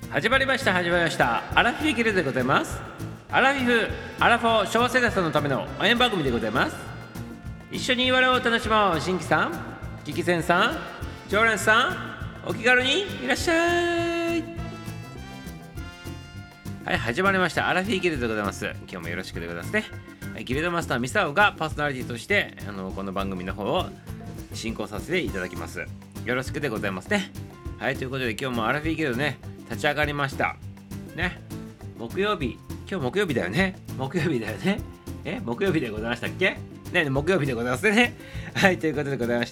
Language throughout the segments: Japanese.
始まりましたアラフィフギルドでございます。アラフィフアラフォー昭和世代さんのための応援番組でございます。一緒に我を楽しもう。新規さん、キキセンさん、常連さん、お気軽にいらっしゃい。はい、始まりましたアラフィフギルドでございます。今日もよろしくでございますね。はい、ギルドマスターミサオがパーソナリティとしてこの番組の方を進行させていただきます。よろしくでございますね。はい、ということで今日もアラフィフギルドね立ち上がりましたね。木曜日、今日木曜日だよね。木曜日だよね。木曜日でございましたっけね。木曜日でございますね。はい、ということでございまして、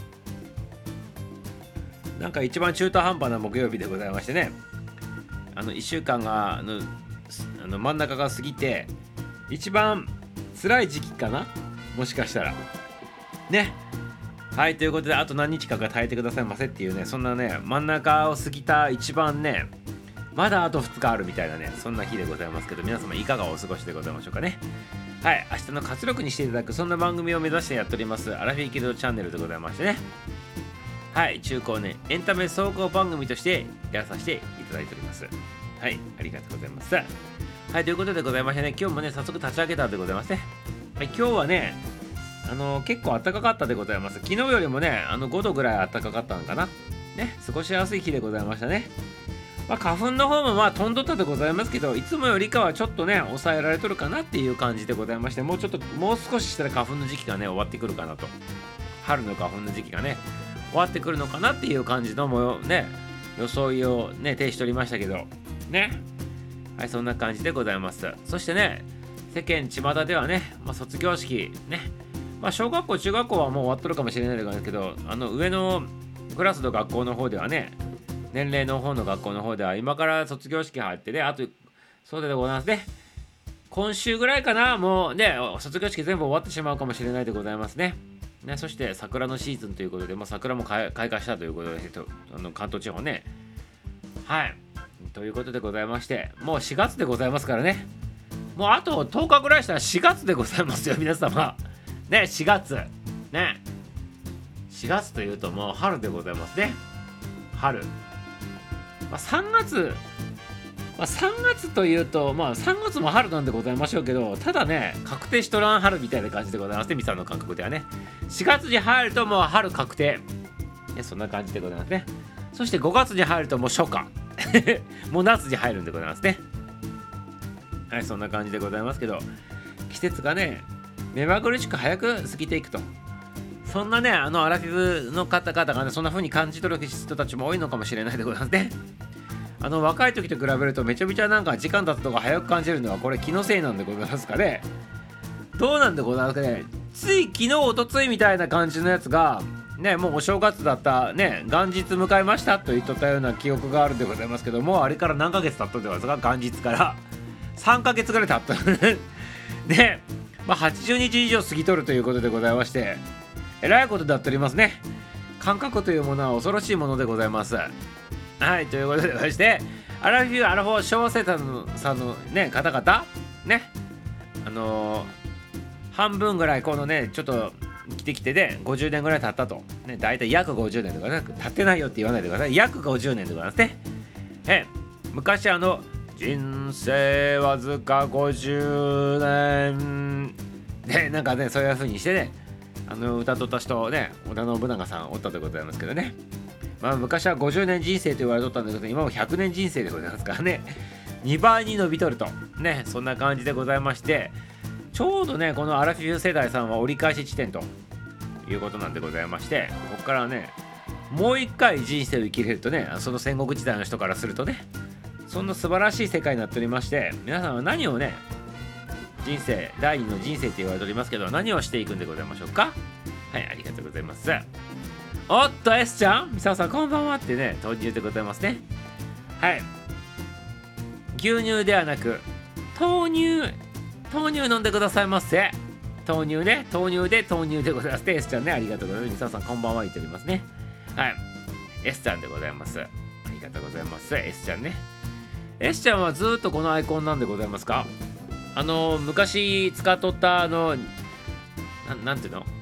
なんか一番中途半端な木曜日でございましてね、1週間が真ん中が過ぎて一番辛い時期かな、もしかしたらね。はい、ということであと何日かが耐えてくださいませっていうね、そんなね真ん中を過ぎた一番ね、まだあと2日あるみたいなね、そんな日でございますけど、皆様いかがお過ごしでございましょうかね。はい、明日の活力にしていただく、そんな番組を目指してやっておりますアラフィフギルドチャンネルでございましてね。はい、中高ねエンタメ総合番組としてやらさせていただいております。はい、ありがとうございます。はい、ということでございましてね、今日もね早速立ち上げたでございますね。はい、今日はね結構暖かかったでございます。昨日よりもね5度ぐらい暖かかったのかなね。過ごしやすい日でございましたね。花粉の方も飛んどったでございますけど、いつもよりかはちょっとね抑えられとるかなっていう感じでございまして、もう少ししたら花粉の時期がね終わってくるかなと。春の花粉の時期がね終わってくるのかなっていう感じのもね装いをね呈しておりましたけどね。はい、そんな感じでございます。そしてね、世間巷ではね、卒業式ね、小学校中学校はもう終わっとるかもしれないですけど、上のクラスの学校の方ではね、年齢の方の学校の方では今から卒業式入ってね、あとそうでございますね、今週ぐらいかな、もうね卒業式全部終わってしまうかもしれないでございますね。そして桜のシーズンということで、桜も開花したということで、関東地方ね、はいということでございまして、もう4月でございますからね。もうあと10日ぐらいしたら4月でございますよ皆様ね。4月ね、4月というともう春でございますね。春、3月、3月というと3月も春なんでございましょうけど、ただね確定しとらん春みたいな感じでございますね、ミサの感覚ではね。4月に入るともう春確定ね、そんな感じでございますね。そして5月に入るともう初夏もう夏に入るんでございますね。はい、そんな感じでございますけど、季節がね目まぐるしく早く過ぎていくと、そんなねアラフィフの方々がねそんな風に感じ取る人たちも多いのかもしれないでございますね。若い時と比べるとめちゃめちゃなんか時間経つのが早く感じるのはこれ気のせいなんでございますかね。どうなんでございますかね。つい昨日おとついみたいな感じのやつがね、もうお正月だったね、元日迎えましたと言っとったような記憶があるんでございますけど、もうあれから何ヶ月経ったんでございますか。元日から3ヶ月ぐらい経ったで、80日以上過ぎとるということでございまして、えらいことになっておりますね。感覚というものは恐ろしいものでございます。はい、ということでまして、アラフィフアラフォー昭和世代さんのね方々ね、半分ぐらいこのねちょっと生きてきてで、50年ぐらい経ったとね、だいたい約50年とかね、経ってないよって言わないでください。約50年でございますね。昔人生わずか50年でなんかねそういう風にしてね歌とった人ね、織田信長さんおったでございますけどね。昔は50年人生と言われとったんだけど、今も100年人生でございますからね。2倍に伸びとるとね、そんな感じでございまして、ちょうどねこのアラフィフ世代さんは折り返し地点ということなんでございまして、ここからねもう一回人生を生きれるとね、その戦国時代の人からするとね、そんな素晴らしい世界になっておりまして、皆さんは何をね人生第二の人生って言われておりますけど、何をしていくんでございましょうか。はい、ありがとうございます。おっと S ちゃん、ミサオさんこんばんはってね、豆乳でございますね。はい、牛乳ではなく豆乳飲んでくださいませ。豆乳ね、豆乳でございます。S ちゃんね、ありがとうございます。ミサオさんこんばんは言っておりますね。はい、 S ちゃんでございます。ありがとうございます。 S ちゃんね、 S ちゃんはずっとこのアイコンなんでございますか。昔使っとったなんていうの、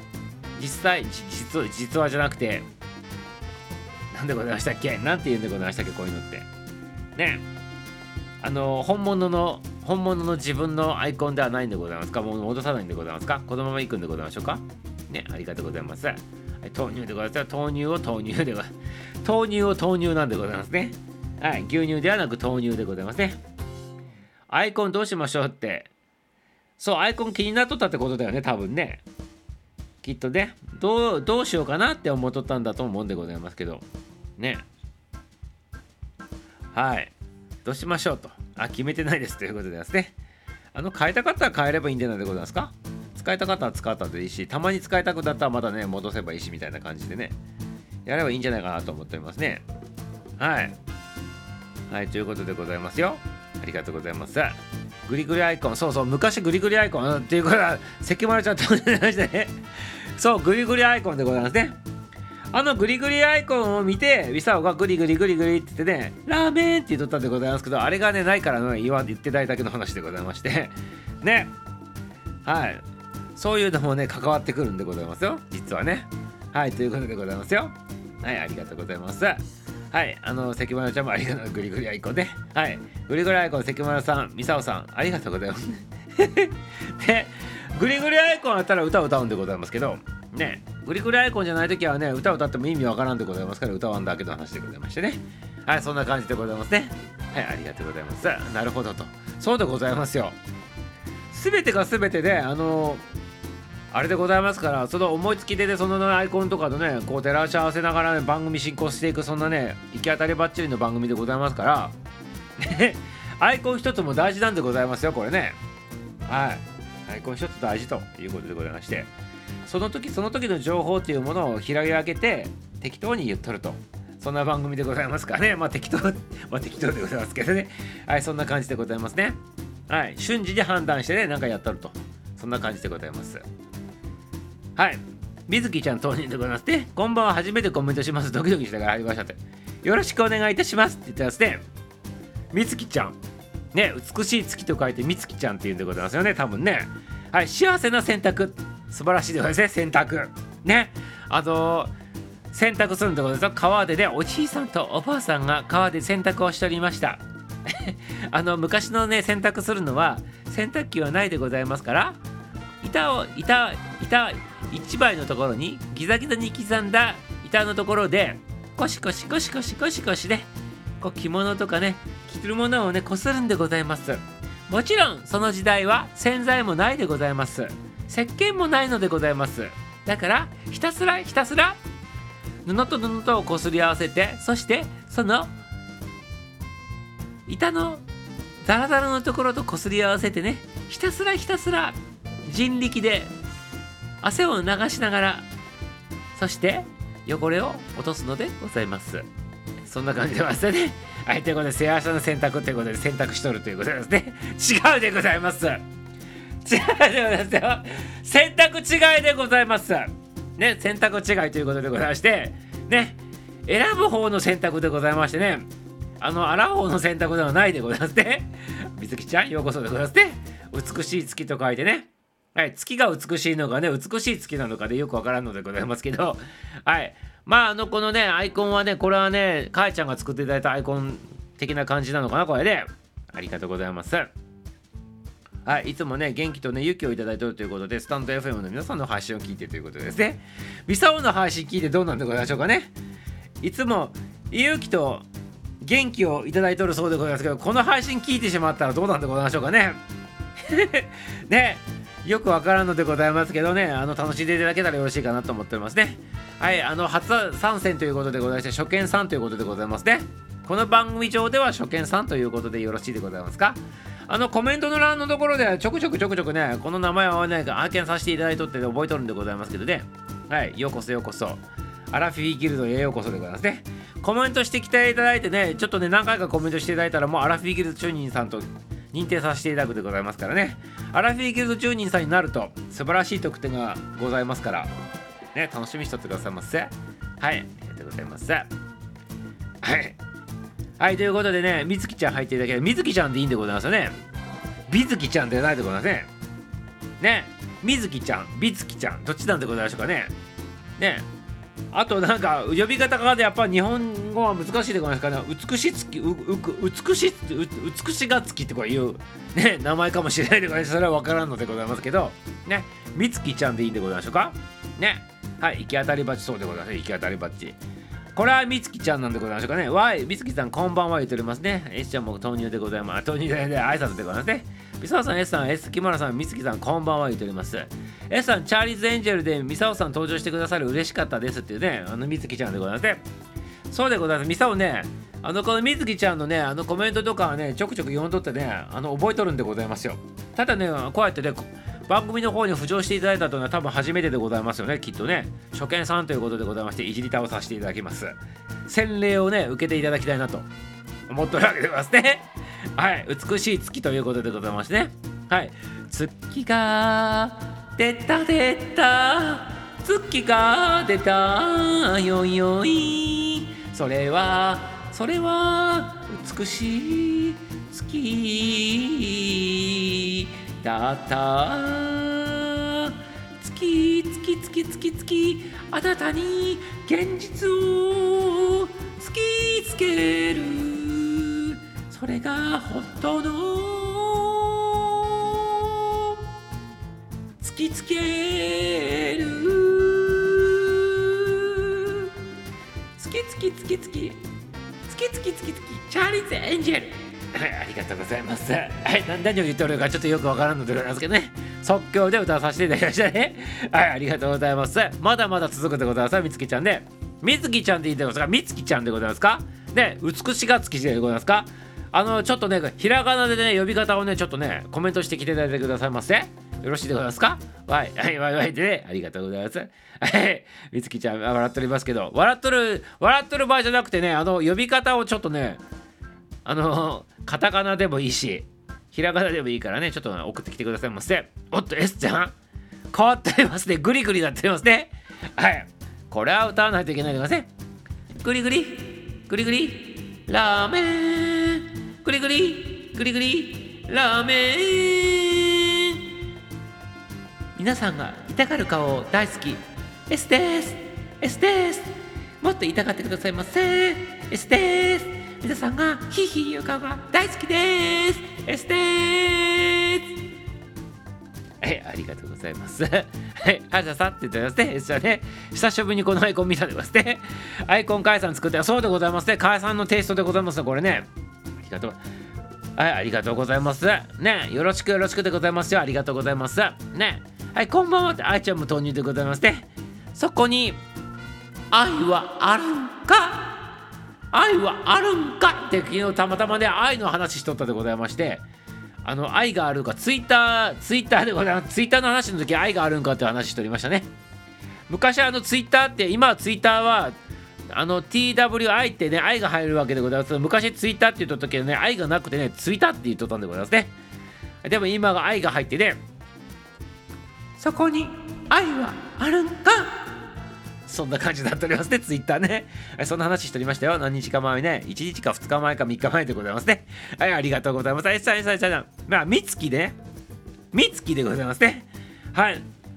実話じゃなくてなんでございましたっけ、なんて言うんでございましたっけ、こういうのってね、本物の自分のアイコンではないんでございますか。もう戻さないんでございますか。このまま行くんでございましょうかね。ありがとうございます。はい、豆乳でございます。豆乳を豆乳でございます。豆乳を豆乳なんでございますね。はい、牛乳ではなく豆乳でございますね。アイコンどうしましょうって、そう、アイコン気になっとったってことだよね、多分ね。きっとね、どうしようかなって思っとったんだと思うんでございますけどね。はい、どうしましょうと。決めてないですということですね。変えたかったら変えればいいんじゃないでございますか。使いたかったら使ったでいいし、たまに使いたくなったらまたね、戻せばいいしみたいな感じでね、やればいいんじゃないかなと思っておりますね。はい。はい、ということでございますよ。ありがとうございます。グリグリアイコン、そうそう、昔グリグリアイコンっていうことは、関丸ちゃんと同じましてね。そう、グリグリアイコンでございますね。グリグリアイコンを見て、ミサオがグリグリグリグリって言ってね、ラーメンって言っとったんでございますけど、あれがね、ないからね、言ってないだけの話でございまして、ね。はい。そういうのもね、関わってくるんでございますよ、実はね。はい、ということでございますよ。はい、ありがとうございます。はい、関丸ちゃんもありがとう、グリグリアイコンね。はい、グリグリアイコン、関丸さん、ミサオさん、ありがとうございます。で、グリグリアイコンあったら歌を歌うんでございますけど、ね、グリグリアイコンじゃないときはね、歌を歌っても意味わからんでございますから、歌わんだけの話でございましてね。はい、そんな感じでございますね。はい、ありがとうございます。なるほどと。そうでございますよ。すべてがすべてで、あれでございますから、その思いつきでね、そのアイコンとかとね、こう照らし合わせながらね、番組進行していく、そんなね、行き当たりばっちりの番組でございますから、アイコン一つも大事なんでございますよ、これね。はい。アイコン一つ大事ということでございまして、その時の情報っていうものを拾い上げて、適当に言っとると。そんな番組でございますからね。適当でございますけどね。はい、そんな感じでございますね。はい、瞬時に判断してね、なんかやっとると。そんな感じでございます。はい。みずきちゃん当人でございますね。こんばんは、初めてコメントします。ドキドキしながら入りましたって。よろしくお願いいたしますって言ってますね。みつきちゃん。ね、美しい月と書いてみつきちゃんって言うんでございますよね、多分ね。はい、幸せな選択。素晴らしいでございますね、選択。ね。洗濯するんでございますよ。川でね、おじいさんとおばあさんが川で洗濯をしておりました。昔のね、洗濯するのは、洗濯機はないでございますから、板1枚のところにギザギザに刻んだ板のところでコシコシコシコシコシコシね、こう着物とかね、着るものをね、こするんでございます。もちろんその時代は洗剤もないでございます。石鹸もないのでございます。だからひたすら布と布とをこすり合わせて、そしてその板のザラザラのところとこすり合わせてね、ひたすら人力で汗を流しながら、そして汚れを落とすのでございます。そんな感じでましたね。はい、ということで幸せな洗濯ということで洗濯しとるということですね。違うでございます。違うでございますよ。洗濯違いでございます。ね、洗濯違いということでございまして、ね、選ぶ方の選択でございましてね、洗う方の選択ではないでございますね。みずきちゃん、ようこそでございますね。美しい月と書いてね。はい、月が美しいのかね、美しい月なのかでよくわからんのでございますけど、はい。まあ、このね、アイコンはね、これはね、かえちゃんが作っていただいたアイコン的な感じなのかな、これで。ありがとうございます。はい、いつもね、元気とね、勇気をいただいているということで、スタンド FM の皆さんの配信を聞いてということですね。ミサオの配信聞いてどうなんでございましょうかね。いつも勇気と元気をいただいておるそうでございますけど、この配信聞いてしまったらどうなんでございましょうかね。ね、よくわからんのでございますけどね、楽しんでいただけたらよろしいかなと思っておりますね。はい、初参戦ということでございまして、初見さんということでございますね。この番組上では初見さんということでよろしいでございますか。コメントの欄のところでちょくちょくね、この名前はね、拝見させていただいとって覚えとるんでございますけどね。はい、ようこそ。アラフィフギルドへようこそでございますね。コメントしてきていただいてね、ちょっとね、何回かコメントしていただいたら、もうアラフィフギルド中人さんと認定させていただくでございますからね。アラフィフギルド中人さんになると素晴らしい特典がございますから、ね、楽しみにしとってくださいませ。はい、ありがとうございます。はい、ということでね、みずきちゃん入っていただける、みずきちゃんでいいんでございますよね。びずきちゃんでないでございますね。ね、みずきちゃん、びつきちゃん、どっちなんでございましょうかね。ね、 あとなんか呼び方がやっぱ日本語は難しいでございますかね。美しが月ってこういうね名前かもしれないでございます。それは分からんのでございますけどね、みつきちゃんでいいんでございましょうかね。はい、行き当たりばち、そうでございます。行き当たりばち、これはみつきちゃんなんでございましょうかね。みつきさんこんばんは言っておりますね。S ちゃんも投入でございます。投入で挨拶でございますね。みさおさん、S さん、木村さん、みつきさんこんばんは言っております。S さん、チャーリーズエンジェルでみさおさん登場してくださる、嬉しかったですっていうね、みつきちゃんでございますね。そうでございます。みさおね、このみつきちゃんのね、コメントとかはね、ちょくちょく読んどってね、覚えとるんでございますよ。ただね、こうやってね、番組の方に浮上していただいたというのは多分初めてでございますよね、きっとね。初見さんということでございまして、いじり倒させていただきます。洗礼をね、受けていただきたいなと思ってるわけでございますね。はい、美しい月ということでございましてね。はい、月が出た出た、月が出たよいよい、それは美しい月だった。月あなたに現実を突きつける、それが本当の突きつける、月チャーリーズエンジェル。はい、ありがとうございます。はい、何を言っておるかちょっとよくわからんのでございますけどね、即興で歌わさせていただきましたね。はい、ありがとうございます。まだまだ続くでございます。みつきちゃんで、みつきちゃんでいいでございますか、みつきちゃんでございますかね、美しが月でございますか。ちょっとね、ひらがなでね、呼び方をね、ちょっとね、コメントしてきていただいてくださいませ。よろしいでございますか。わいでね、ありがとうございます。はい、みつきちゃん笑っておりますけど、笑っとる場合じゃなくてね、呼び方をちょっとね、カタカナでもいいし、ひらがなでもいいからね、ちょっと送ってきてくださいませ。おっと、S ちゃん変わっておりますね。グリグリなっておりますね。はい、これは歌わないといけないでございますね。グリグリラーメン、グリグリラーメン、皆さんが痛がる顔大好き S です。もっと痛がってくださいませ。 S です。皆さんがヒーヒー言う顔が大好きです。 S です。はい、ありがとうございます。はい、はじゃさって言ってますね。S ちゃんね、久しぶりにこのアイコン見たでございますね。アイコンかえさん作って、そうでございますね。かえさんのテイストでございますね、これね。ありがとう。はい、ありがとうございます。ね、よろしくでございますよ。ありがとうございます。ね、はい、こんばんはって、あいちゃんも投入でございますね。そこに、愛はあるんかって昨日たまたまね、愛の話しとったでございまして、愛があるか、ツイッターでございます。ツイッターの話の時、愛があるんかって話しておりましたね。昔ツイッターって、今はツイッターはTWI ってね、愛が入るわけでございます。昔ツイッターって言った時はね、愛がなくてね、ツイッターって言っとったんでございますね。でも今が愛が入ってね、そこに愛はあるんか、そんな感じになっておりますね、ツイッターね。そんな話しておりましたよ。何日か前ね、1日か2日前か3日前でございますね。はい、ありがとうございます。まあ、みつきでございますね。はい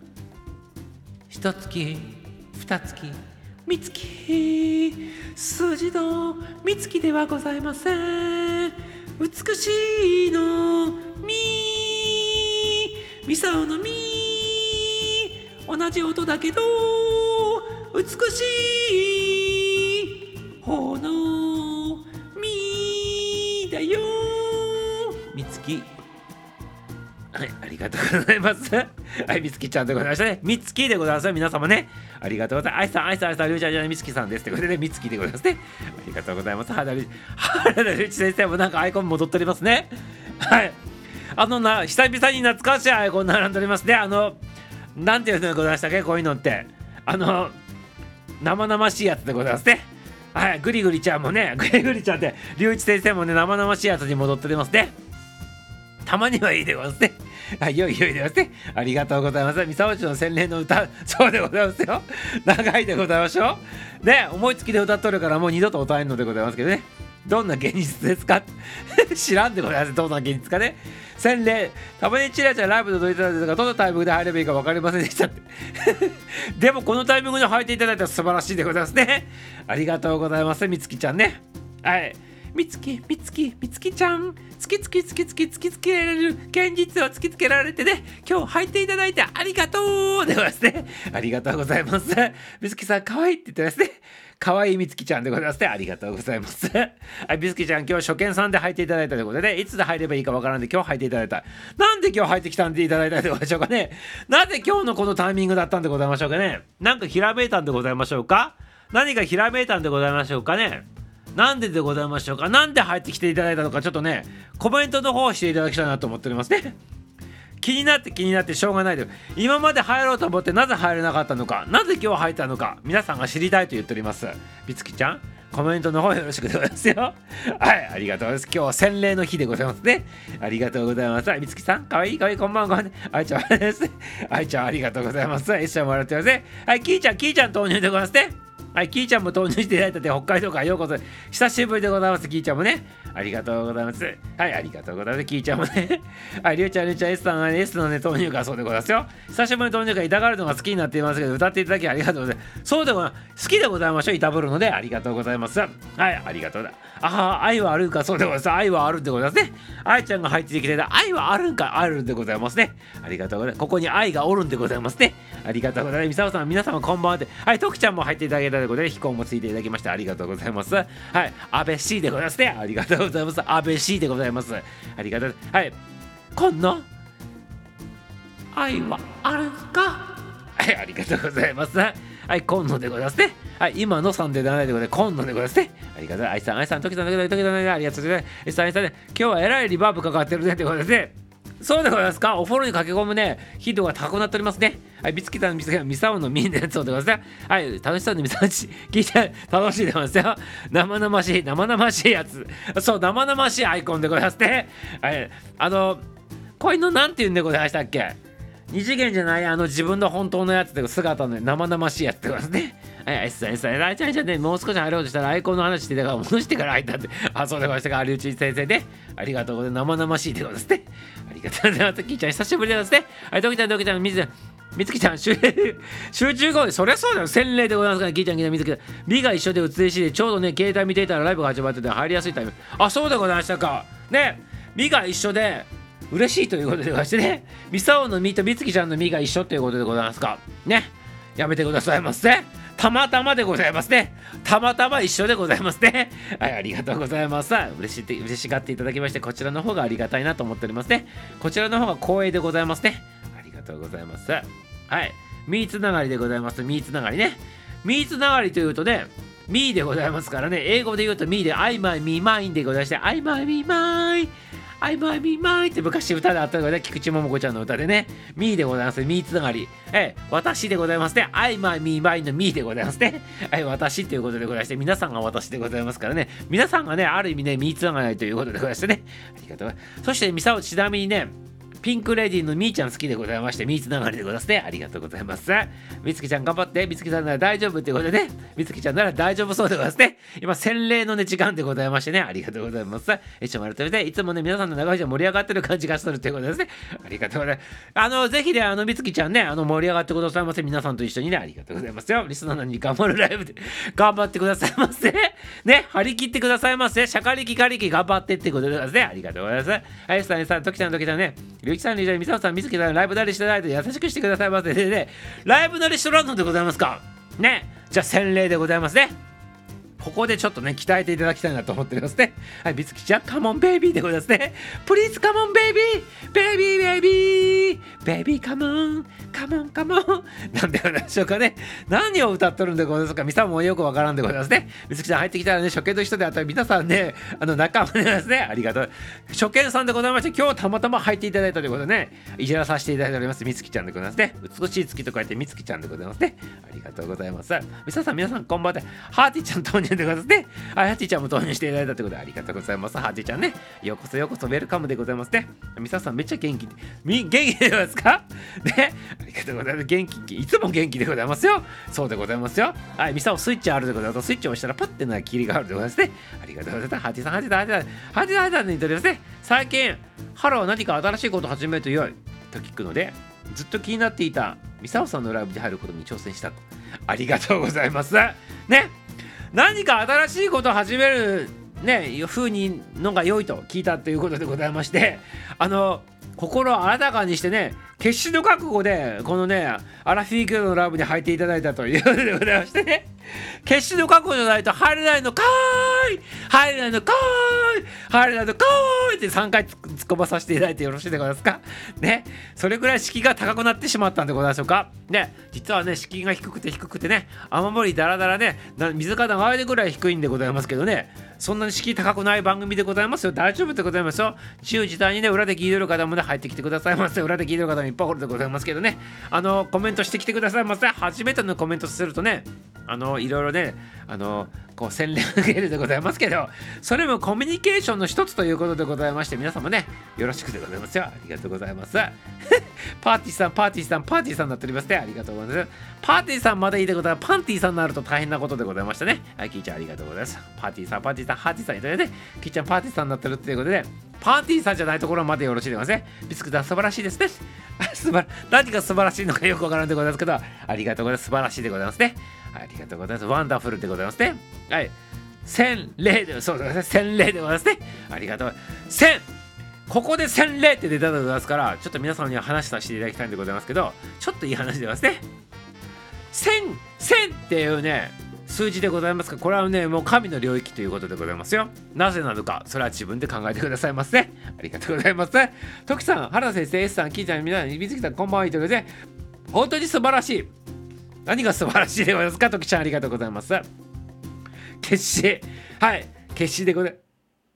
。1月、2月、みつき、数字のみつきではございません。美しいのみさおのみ、同じ音だけど美しい方のみだよ、みつき。はい、ありがとうございます。はい、みつきちゃんでございましたね。みつきでございます。皆様ね、ありがとうございます。愛さん、りゅうちゃんじゃない、みつきさんです。ということで、みつきでございますね。ありがとうございます。原田りゅうち先生もなんかアイコン戻っておりますね。はい。久々に懐かしいアイコン並んでおりますね。なんていうのでございましたっけ、こういうのって。生々しいやつでございますね。はい、グリグリちゃんもね、グリグリちゃんってりゅういち先生もね、生々しいやつに戻っておりますね。たまにはいいでございますね。はい、良いでございますね。ありがとうございます。みさおちの洗礼の歌、そうでございますよ。長いでございましょう。ね、思いつきで歌っとるからもう二度と歌えんのでございますけどね。 どんな現実ですか知らんでございます。どんな現実かね。洗礼、たまにチラチラライブで届いてたんですが、どのタイミングで入ればいいか分かりませんでしたってでもこのタイミングで入っていただいたら素晴らしいでございますね。ありがとうございます、みつきちゃんね。はい、みつきちゃん、突きつけられる現実を突きつけられてね、今日入っていただいてありがとうでございますね。ありがとうございます。みつきさん可愛いって言ってますね。可愛いみつきちゃんでございますね。ありがとうございます。はい、みつきちゃん今日初見さんで入っていただいたということで、ね、いつで入ればいいかわからんで今日入っていただいた。なんで今日入ってきたんでいただいたんでございましょうかね。なぜ今日のこのタイミングだったんでございましょうかね。なんかひらめいたんでございましょうか。何かひらめいたんでございましょうかね。なんででございましょうか。なんで入ってきていただいたのか、ちょっとねコメントの方をしていただきたいなと思っておりますね。気になってしょうがないで、今まで入ろうと思ってなぜ入れなかったのか、なぜ今日入ったのか、皆さんが知りたいと言っております。みつきちゃんコメントの方よろしくでございますよ。はい、ありがとうございます。今日は洗礼の日でございますね。ありがとうございます。みつきさんかわいいこんばんは。あいちゃんです。あいちゃんありがとうございます。一緒にもらってますね。はい、きーちゃん投入でございますね。はい、キーちゃんも投入していただいたで、北海道からようこそ。久しぶりでございます。キーちゃんもね、ありがとうございます。はい、ありがとうございます。キーちゃんもね、はい、りゅうちゃん S さんは S のね投入からそうでございますよ。久しぶりに投入から痛がるのが好きになっていますけど、歌っていただきありがとうございます。そうでございます。好きでございましょう。いたぶるのでありがとうございます。はい、ありがとうございます。愛はあるんか、そうでございます。愛はあるんでございますね。愛ちゃんが入ってきてた愛はあるんか、あるんでございますね。ありがとうございます。ここに愛がおるんでございますね。ありがとうございます。みさおさん、皆様こんばんはって。はい、とくちゃんも入っていただけたということで、飛行もついていただきましてありがとうございます。はい、安倍 C でございますね。ありがとうございます。安倍 C でございます。ありがとう。はい、今野愛はあるんか。はい、ありがとうございます。はい、今野でございますね。はい、今のさんではないでございます。今野でございますね。ありがとうございます。愛さん、時さん、ありがとうございます。愛さん、今日はえらいリバーブかかってるねってことですね。そうでございますか。おフォローに駆け込むね、頻度が高くなっておりますね。はい、みつきさん、ミサオのミンのやつをでございますね。はい、楽しそうにミサオチ聞いて楽しいでございますよ。生々しいやつ。そう、生々しいアイコンでございますね。はい、こういうのなんて言うんでございましたっけ。二次元じゃない自分の本当のやつで姿の生々しいやつでございますね。はい、ライちゃんね、もう少し入ろうとしたらアイコンの話してたから戻してから入ったって。あ、そうでございましたか。有内先生ね。ありがとうございます。生々しいでございますね。ありがとうございます。キーちゃん久しぶりですね。はい、ドキちゃん、みつきちゃん、集中後で、そりゃそうだよ。洗礼でございますから、キーちゃん、みつきちゃん。美が一緒で写りしで、ちょうどね、携帯見ていたらライブが始まってて入りやすいタイム。あ、そうでございましたか。ね、美が一緒で、嬉しいということでございましてね、ミサオの実とみつきちゃんの実が一緒ということでございますかね。やめてくださいませ。たまたまでございますね。たまたま一緒でございますね。はい、ありがとうございます。嬉しがっていただきまして、こちらの方がありがたいなと思っておりますね。こちらの方が光栄でございますね。ありがとうございます。はい、ミーつながりでございます。ミーつながりね。ミーつながりというとね、ミーでございますからね。英語で言うとミーで I my me mine でございまして、I my me mine I might be mine って昔歌であったので、菊池桃子ちゃんの歌でね、me でございます。me つながり。私でございますね。I might be mine の me でございますね。私ということでございまして、皆さんが私でございますからね、皆さんがね、ある意味ね、me つながりということでございましてね。ありがとうございます。そして、ミサオちなみにね、ピンクレディーのみーちゃん好きでございまして、みーつながりでございますね。ありがとうございます。みつきちゃん頑張って、みつきさんなら大丈夫ってことでね、みつきちゃんなら大丈夫そうでございますね。今、洗礼のね、時間でございましてね、ありがとうございます。一緒に改めて、いつもね、皆さんの長い時間盛り上がってる感じがするということですね。ありがとうございます。ぜひね、みつきちゃんね、盛り上がってくださいませ。皆さんと一緒にね、ありがとうございますよ。リスナーなのに頑張るライブで、頑張ってくださいませ。ね、張り切ってくださいませ。シャカリキカリキ頑張ってってことでございますね。ありがとうございます。はい、さん、ときちゃんね、りゅうきさん、みさおさん、みつきさん、ライブ慣れしてないと優しくしてくださいませ。で、ライブ慣れしとらんのでございますかね。じゃあ洗礼でございますね。ここでちょっとね、鍛えていただきたいなと思っておりますね。はい、みつきちゃん、カモンベイビーでございますね。プリーズカモンベイビーベイビーベイビーベイビーカモンカモンカモンなんでございましょうかね。何を歌っとるんでございますか。みさんもよくわからんでございますね。みつきちゃん入ってきたらね、初見の人であったら皆さんね、仲間ですね。ありがとう。初見さんでございまして、今日たまたま入っていただいたということでね、いじらさせていただいております。みつきちゃんでございますね。美しい月と書いてみつきちゃんでございますね。ありがとうございます。みさん、皆さんこんばんは。ハーティちゃんとにでございますね。はい、ハッチーちゃんも投入していただいたということでありがとうございます。ハッチーちゃんね、ようこそようこそウェルカムでございますね。ミサさんめっちゃ元気で、元気でございますかね、ありがとうございます。元気、いつも元気でございますよ。そうでございますよ。はい、ミサオスイッチあるでございます。スイッチを押したらパッてな霧があるでございますね。ありがとうございます。ハッチーさん、ハッチーさん、ハッチーさん、ハッチーさん、ハッチーさんにとりますね。最近、ハロー何か新しいことを始めると良いと聞くので、ずっと気になっていたミサオさんのライブに入ることに挑戦したと。ありがとうございます。ね、何か新しいことを始めるね、風にのが良いと聞いたということでございまして、心を新たかにしてね、決死の覚悟でこのねアラフィークのライブに入っていただいたということでございましてね、決死の覚悟じゃないと入れないのかーい、入れないのかーい、入れないのかーいって3回突っ込まさせていただいてよろしいでございますかね。それぐらい敷居が高くなってしまったんでございましょうかね。実はね、敷居が低くてね、雨漏りだらだらね、水か流れるぐらい低いんでございますけどね、そんなに敷居高くない番組でございますよ。大丈夫でございますよ。自由自在にね、裏で聞いてる方もね入ってきてくださいませ。裏で聞いてる方もいっぱいおるでございますけどね、コメントしてきてくださいませ。初めてのコメントするとね、いろいろね、こう洗練受けるでございますけど、それもコミュニケーションの一つということでございまして、皆様ねよろしくでございますよ。ありがとうございますパーティーさんになっておりますね。ありがとうございます。パーティーさんまでいいでございます。パンティーさんになると大変なことでございましたね。はい、キーちゃんありがとうございます。パーティーさんハーティーさんね、キーちゃんパーティーさんになってるっていうことで、パーティーさんじゃないところまでよろしいでございますね。ビスクさん素晴らしいですね。何が素晴らしいのかよくわからんでございますけど、ありがとうございます。素晴らしいでございますね。ありがとうございます。ワンダフルでございますね。はい。洗礼で、そうですね。洗礼でございますね。ありがとう。ここで洗礼って出たでございますから、ちょっと皆様には話させていただきたいんでございますけど、ちょっといい話でございますね。1000っていうね、数字でございますが、これはね、もう神の領域ということでございますよ。なぜなのか、それは自分で考えてくださいませ。ありがとうございます。トキさん、原田先生、S さん、キーちゃん、皆さん、水木さん、こんばんは。ということで、本当に素晴らしい。何が素晴らしいでございますか、トキちゃん、ありがとうございます。決死。はい、決死でございます。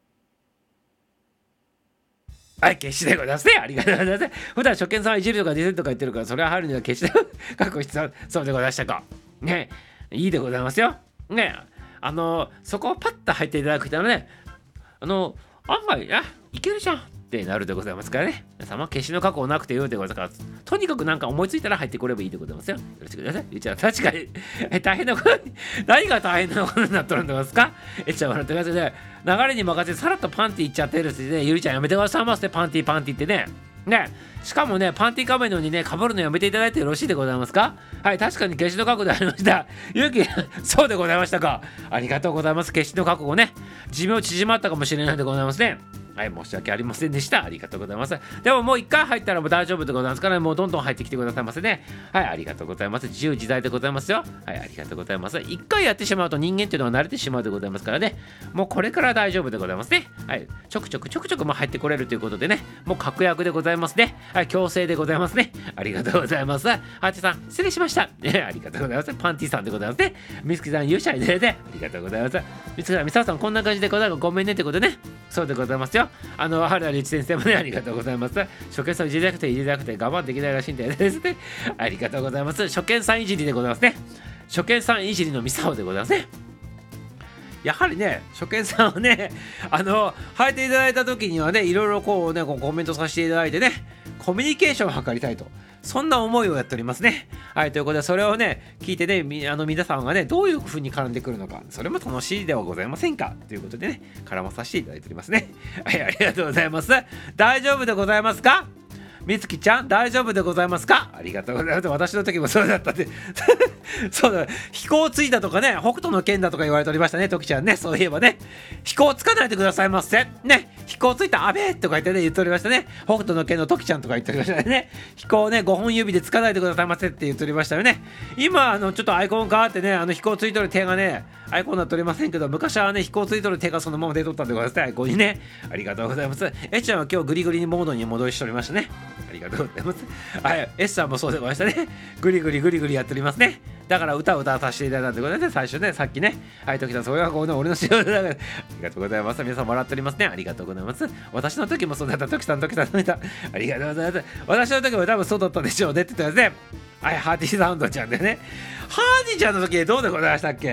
はい、決死でございますね。ありがとうございます。普段初見さんはいじるとかディスるとか言ってるから、それは入るには決死で確保必要。そうでございましたか。ね、いいでございますよ。ね、そこをパッと入っていただくとね、案外、いけるじゃんってなるでございますからね。皆様、決死の覚悟なくてよいでございますから、とにかくなんか思いついたら入ってこればいいでございますよ。よろしくください。ゆうちゃん、確かに、大変なことに、何が大変なことになっとるんですか？ちゃん、笑ってくださいね。流れに任せてさらっとパンティーいっちゃってるってね、ゆりちゃんやめてくださいませ、パンティーってね。ね、しかもね、パンティー仮面のにね、かぶるのやめていただいてよろしいでございますか？はい、確かに決死の覚悟でありました。ゆうき、そうでございましたか。ありがとうございます。決死の覚悟ね。寿命縮まったかもしれないでございますね。はい、申し訳ありませんでした。ありがとうございます。でももう一回入ったらもう大丈夫でございますから、もうどんどん入ってきてくださいませね。はい、ありがとうございます。自由自在でございますよ。はい、ありがとうございます。一回やってしまうと人間っていうのは慣れてしまうでございますからね。もうこれから大丈夫でございますね。はい、ちょくちょくも入ってこれるということでね、もう確約でございますね。はい、強制でございますね。ありがとうございます。ハーチさん、失礼しました。ありがとうございます。パンティさんでございますね。ミスキさん、勇者でね、ありがとうございます。ミスキさん、ミサさん、こんな感じでございます。ごめんねってことでね。そうでございますよ。原田律先生もね、ありがとうございます。初見さんいじりなくて我慢できないらしいんでですね。ありがとうございます。初見さんいじりでございますね。初見さんいじりのミサオでございますね。やはりね、初見さんをね、履いていただいた時にはね、いろいろこうね、コメントさせていただいてね、コミュニケーションを図りたいと。そんな思いをやっておりますね。はい、ということで、それをね、聞いてね、皆さんがね、どういう風に絡んでくるのか、それも楽しいではございませんかということでね、絡まさせていただいておりますね。はい、ありがとうございます。大丈夫でございますか？みつきちゃん、大丈夫でございますか？ありがとうございます。私の時もそうだったんで。そうだ、飛行ついたとかね、北斗の剣だとか言われておりましたね、ときちゃんね。そういえばね、飛行つかないでくださいませ。ね、飛行ついたあべとか言ってね、言っておりましたね。北斗の剣のときちゃんとか言っておりましたね。飛行ね、5本指でつかないでくださいませって言っておりましたよね。今、ちょっとアイコン変わってね、飛行ついとる手がね、アイコンになっておりませんけど、昔はね、飛行ついとる手がそのまま出とったんでございますね、アイコンにね。ありがとうございます。ちゃんは今日グリグリにモードに戻しておりましたね。ありがとうございます。はい、S さんもそうでございましたね。グリグリやっておりますね。だから歌わさせていただいたということで、最初ね、さっきね、はい、時さん、それはこの俺の仕事だから、ありがとうございます。皆さん笑っておりますね。ありがとうございます。私の時もそうだった。時さん、ありがとうございます。私の時も多分そうだったでしょうねって言ってますね。はい、ハーティーサウンドちゃんでね。ハーティーちゃんの時どうでございましたっけ？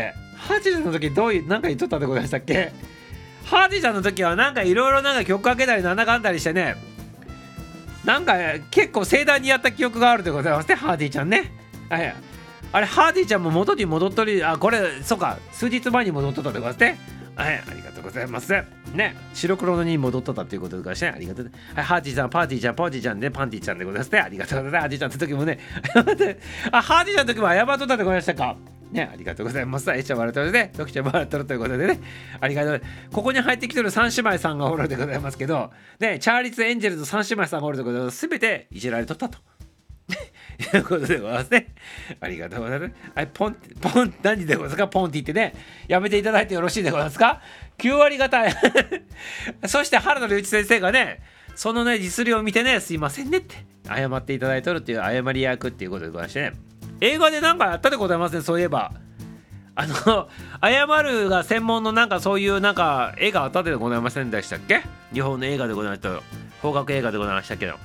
ハーティーちゃんの時なんか言っとったでございましたっけ。ハーティーちゃんの時はなんかいろいろなんか曲かけたりなんだかんだりしてね、なんか結構盛大にやった記憶があるでございますね、ハーティーちゃんね。はい、あれハーティーちゃんも元に戻っとり、これそうか、数日前に戻っとったでございますね。はい、ありがとうございますね。白黒のに戻っとったということでございまして、ありがとう。はい、ハーティーちゃん、パーティーちゃん、パーティーちゃんで、パンティーちゃんでございますね。ありがとうございます。ハーティーちゃんの時もねハーティーちゃんの時も謝っとったでございましたかね。ありがとうございます。エッチャ笑ってるね、ドキちゃん笑ってるということでね、ありがとう。ここに入ってきてる三姉妹さんがおるでございますけどね、チャーリーズ・エンジェルズ三姉妹さんがおるということで、全ていじられとったということでございますね。ありがとうございます。はい、ポン何でございますか、ポンティってね、やめていただいてよろしいでございますか。9割方そして原田隆一先生がね、そのね実力を見てね、すいませんねって謝っていただいとるっていう謝り役っていうことでございましてね、映画でなんかやったでございますね。そういえば謝るが専門のなんかそういうなんか映画あったでございませんでしたっけ。日本の映画でございましたよ、邦楽映画でございましたけど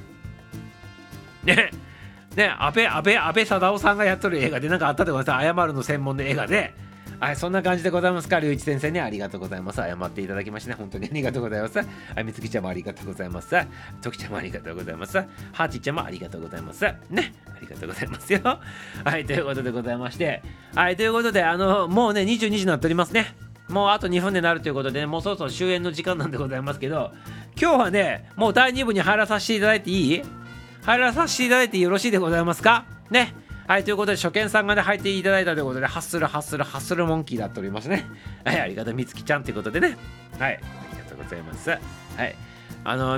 ね。安倍貞夫さんがやっとる映画でなんかあったでございます。謝るの専門の映画で、はい、そんな感じでございますか。隆一先生にありがとうございます。謝っていただきましてね、本当にありがとうございます。みつきちゃんもありがとうございます。ときちゃんもありがとうございます。ハーティちゃんもありがとうございますね。ありがとうございますよ。はい、ということでございまして、はい、ということでもうね22時になっておりますね。もうあと2分でなるということで、ね、もうそろそろ終演の時間なんでございますけど、今日はねもう第2部に入らさせていただいて入らさせていただいてよろしいでございますかね。はい、ということで初見さんがね入っていただいたということで、ハッスルモンキーだっておりますね。はい、ありがとうみつきちゃんということでね、はい、ありがとうございます。はい、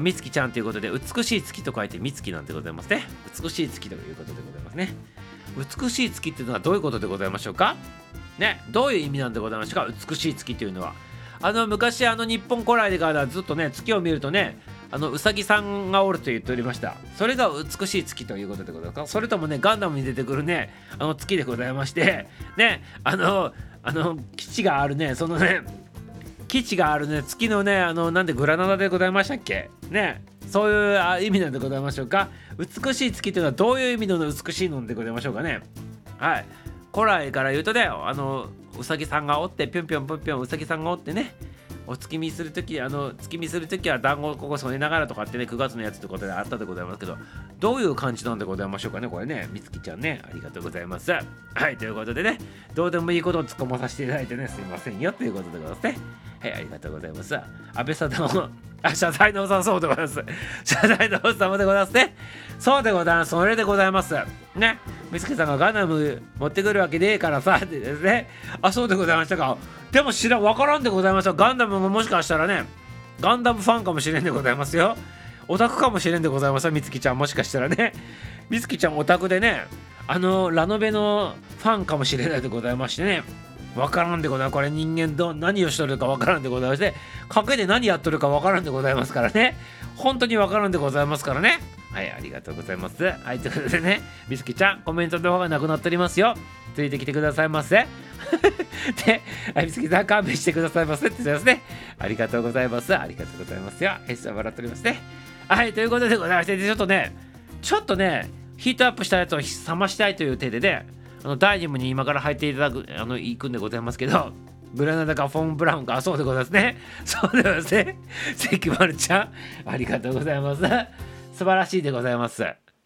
みつきちゃんということで、美しい月と書いてみつきなんでございますね。美しい月ということでございますね。美しい月っていうのはどういうことでございましょうかね。どういう意味なんでございましょうか、美しい月というのは。昔日本古来でからずっとね月を見るとね、うさぎさんがおると言っておりました。それが美しい月ということでございますか。それともねガンダムに出てくるね月でございましてね、基地があるね、そのね基地があるね月のねなんでグラナダでございましたっけね。そういう意味なんでございましょうか。美しい月というのはどういう意味の美しいのでございましょうかね。はい、古来から言うとね、うさぎさんがおって、ぴょんぴょんぷんぴょんうさぎさんがおってね、お月見するときは団子をここ添えながらとかってね、9月のやつってことであったでございますけど、どういう感じなんでございましょうかね、これね。みつきちゃんね、ありがとうございます。はい、ということでね、どうでもいいことを突っ込まさせていただいてね、すいませんよということでございますね。はい、ありがとうございます。安倍さんの謝罪のおさそうでございます。謝罪のおさまでございますね。そうでございます。それでございますね。みつきさんがガンダム持ってくるわけねえからさってですね。そうでございましたか。でもわからんでございました。ガンダムももしかしたらね、ガンダムファンかもしれんでございますよ。オタクかもしれんでございますよ、みつきちゃん。もしかしたらね、みつきちゃんオタクでね、ラノベのファンかもしれないでございましてね、わからんでございます。これ人間何をしとるかわからんでございまして、賭けで何やっとるかわからんでございますからね。本当にわからんでございますからね。はい、ありがとうございます。はい、ということでね、みつきちゃん、コメントの方がなくなっておりますよ。ついてきてくださいませ。で、みつきさん、勘弁してくださいませって言ってますね。ありがとうございます。ありがとうございますよ。ヘッション笑っておりますね。はい、ということでございまして、ちょっとね、ヒートアップしたやつを冷ましたいという手でね、第2部に今から入っていただく、行くんでございますけど、グラナダかフォン・ブラウンか、そうでございますね。そうでございますね。関丸ちゃん、ありがとうございます。素晴らしいでございます。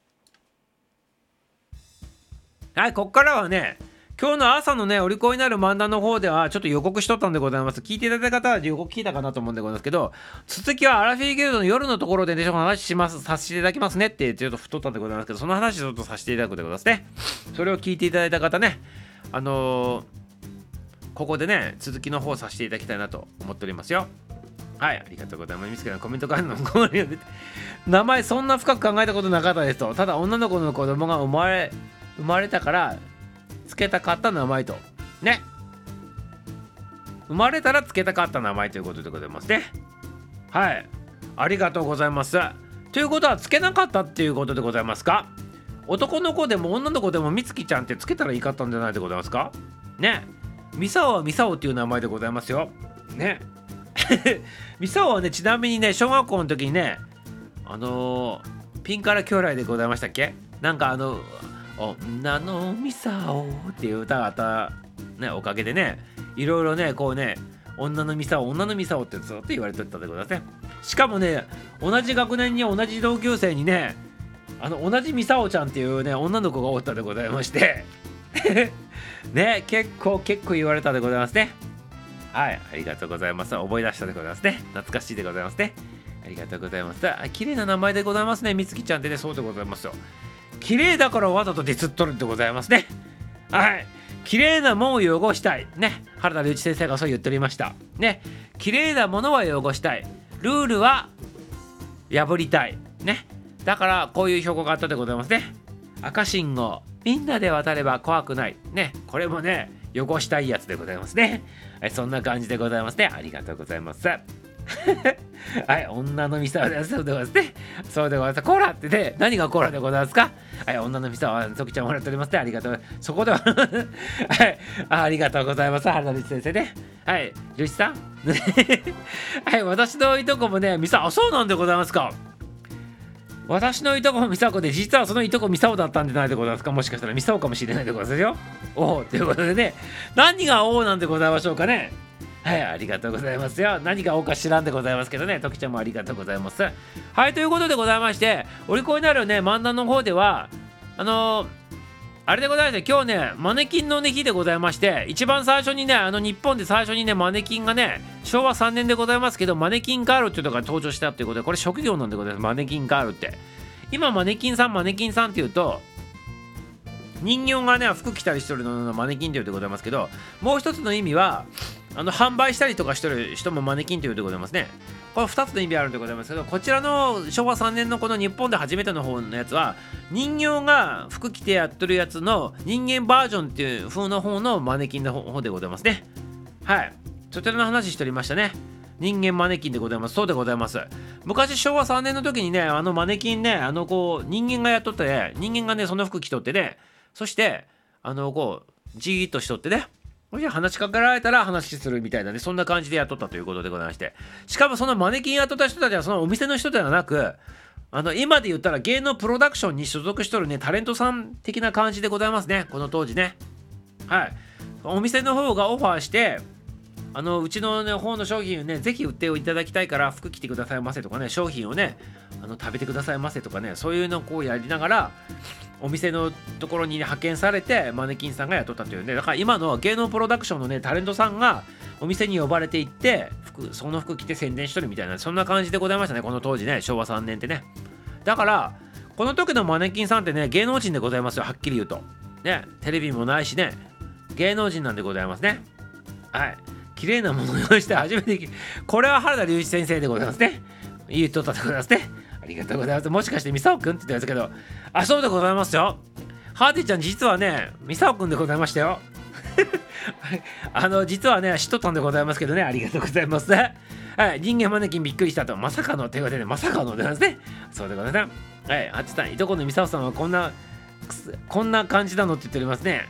はい、こっからはね、今日の朝のね、お利口になる漫談の方ではちょっと予告しとったんでございます。聞いていただいた方は予告聞いたかなと思うんでございますけど、続きはアラフィーギルドの夜のところでね、ちょっと話させていただきますねってちょっと太ったんでございますけど、その話ちょっとさせていただくでございますね。それを聞いていただいた方ね、ここでね、続きの方させていただきたいなと思っておりますよ。はい、ありがとうございます。みつけさん、コメントからの名前そんな深く考えたことなかったですと。ただ女の子の子供が生まれたからつけたかった名前とね、生まれたらつけたかった名前ということでございますね。はい、ありがとうございます。ということはつけなかったっていうことでございますか。男の子でも女の子でもみつきちゃんってつけたらいいかったんじゃないでございますかね。ミサオはミサオっていう名前でございますよね。ミサオはね、ちなみにね、小学校の時にね、ピンカラ兄弟でございましたっけ。なんか女のミサオっていう歌があったね、おかげでね、 いろいろねこうね女のミサオってずっと言われてたでございますね。しかもね同じ学年に同じ同級生にね同じミサオちゃんっていうね女の子がおったでございましてね結構言われたでございますね。はい、ありがとうございます。覚え出したでございますね。懐かしいでございますね。ありがとうございます。綺麗な名前でございますね。みつきちゃんってね、そうでございますよ。綺麗だからわざとディスっとるってございますね。はい。綺麗なもんを汚したい。ね。原田隆一先生がそう言っておりました。ね。綺麗なものは汚したい。ルールは破りたい。ね。だからこういう標語があったでございますね。赤信号。みんなで渡れば怖くない。ね。これもね、汚したいやつでございますね。はい、そんな感じでございますね。ありがとうございます。はい、女のミサオです。そうでございますね。そうでございます。コーラってね、何がコーラでございますか？はい、女のミサオはソキちゃんもらっておりますね。ありがとう。そこでははい、ありがとうございます。原田律先生ね。はい、律さんはい、私のいとこもね、ミサオ、そうなんでございますか。私のいとこもミサオで、実はそのいとこミサオだったんじゃないでございますか。もしかしたらミサオかもしれないでございますよ。おお、ということでね、何がおおなんでございましょうかね。はい、ありがとうございますよ。何がおか知らんでございますけどね、時ちゃんもありがとうございます。はい、ということでございまして、お利口になるね、漫談の方では、あれでございまして、今日ね、マネキンのね、日でございまして、一番最初にね、日本で最初にね、マネキンがね、昭和3年でございますけど、マネキンガールっていうのが登場したっていうことで、これ職業なんでございます、マネキンガールって。今、マネキンさんっていうと、人形がね、服着たりしてるのマネキンというでございますけど、もう一つの意味は、販売したりとかしてる人もマネキンというでございますね。この2つの意味あるんでございますけど、こちらの昭和3年のこの日本で初めての方のやつは、人形が服着てやってるやつの人間バージョンっていう風の方のマネキンの方でございますね。はい。そちらの話しておりましたね。人間マネキンでございます。そうでございます。昔昭和3年の時にね、マネキンね、こう人間がやっとってね、人間がね、その服着とってね、そしてこうじーっとしとってね、話しかけられたら話するみたいなね、そんな感じでやっとったということでございまして、しかもそのマネキンやっとった人たちはそのお店の人ではなく、今で言ったら芸能プロダクションに所属しとるね、タレントさん的な感じでございますね、この当時ね。はい。お店の方がオファーして、うちの、ね、方の商品をね、ぜひ売っていただきたいから服着てくださいませとかね、商品をね、食べてくださいませとかね、そういうのをこうやりながら、お店のところに、ね、派遣されてマネキンさんが雇ったというね、だから今の芸能プロダクションのね、タレントさんがお店に呼ばれていって、その服着て宣伝しとるみたいな、そんな感じでございましたね、この当時ね、昭和3年ってね。だから、この時のマネキンさんってね、芸能人でございますよ、はっきり言うと。ね、テレビもないしね、芸能人なんでございますね。はい。綺麗なものを用意して初めて、これは原田隆一先生でございますね。いい人だってございますね。ありがとうございます。もしかしてミサオくんって言ったんですけど、あ、そうでございますよ。ハーティちゃん実はね、ミサオくんでございましたよ。実はね、知っとったんでございますけどね、ありがとうございます。はい、人間マネキンびっくりしたと、まさかのということで、まさかのでなんですね。そうでございます。はい、ハーティさん、いとこのミサオさんはこんな感じなのって言っておりますね。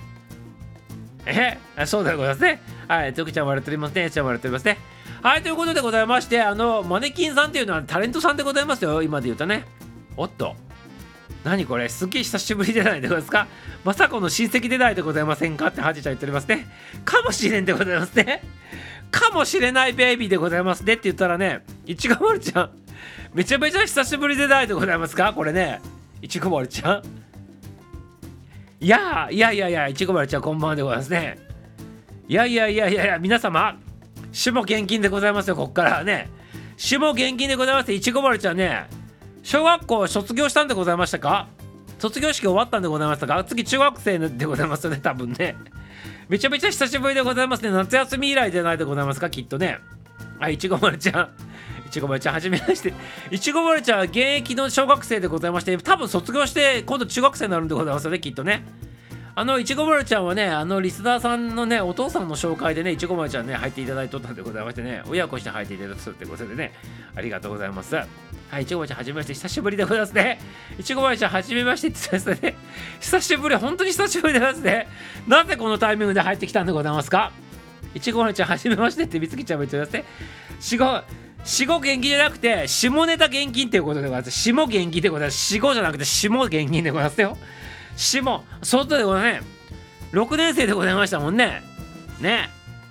そうでございますね。はい、つくちゃん笑っておりますね。ちゃん笑っておりますね。はい、ということでございまして、マネキンさんっていうのはタレントさんでございますよ。今で言うとね。おっと。何これ、すっげえ久しぶりじゃないでございますか。まさかの親戚でないでございませんかってハジちゃん言っておりますね。かもしれんでございますね。かもしれないベイビーでございますねって言ったらね、いちごまるちゃん、めちゃめちゃ久しぶりでないでございますかこれね、いちごまるちゃん。いや、いちごまるちゃんこんばんはでございますね。いや、皆様、しも現金でございますよ、こっからね。しも現金でございます。いちごまるちゃんね、小学校卒業したんでございましたか？卒業式終わったんでございましたか？次中学生でございますよね、多分ね。めちゃめちゃ久しぶりでございますね。夏休み以来じゃないでございますか、きっとね。はい、いちごまるちゃん。いちごまるちゃん、はじめまして。いちごまるちゃんは現役の小学生でございまして、多分卒業して今度中学生になるんでございますよね、きっとね。いちごまるちゃんはね、リスナーさんのね、お父さんの紹介でね、いちごまるちゃんね、入っていただいとったんでございましてね、親子して入っていただくってことでね、ありがとうございます。はい、いちごまるちゃん、はじめまして、久しぶりでございますね。いちごまるちゃん、はじめましてって言ってますね。久しぶり、本当に久しぶりでございますね。なぜこのタイミングで入ってきたんでございますか？いちごまるちゃん、はじめましてってみつきちゃんも言ってますね。死後元気じゃなくて、下ネタ現金っていうことでございます。下元気でございます。死後じゃなくて、下元金でございますよ。外でございますね。6年生でございましたもんね。ね。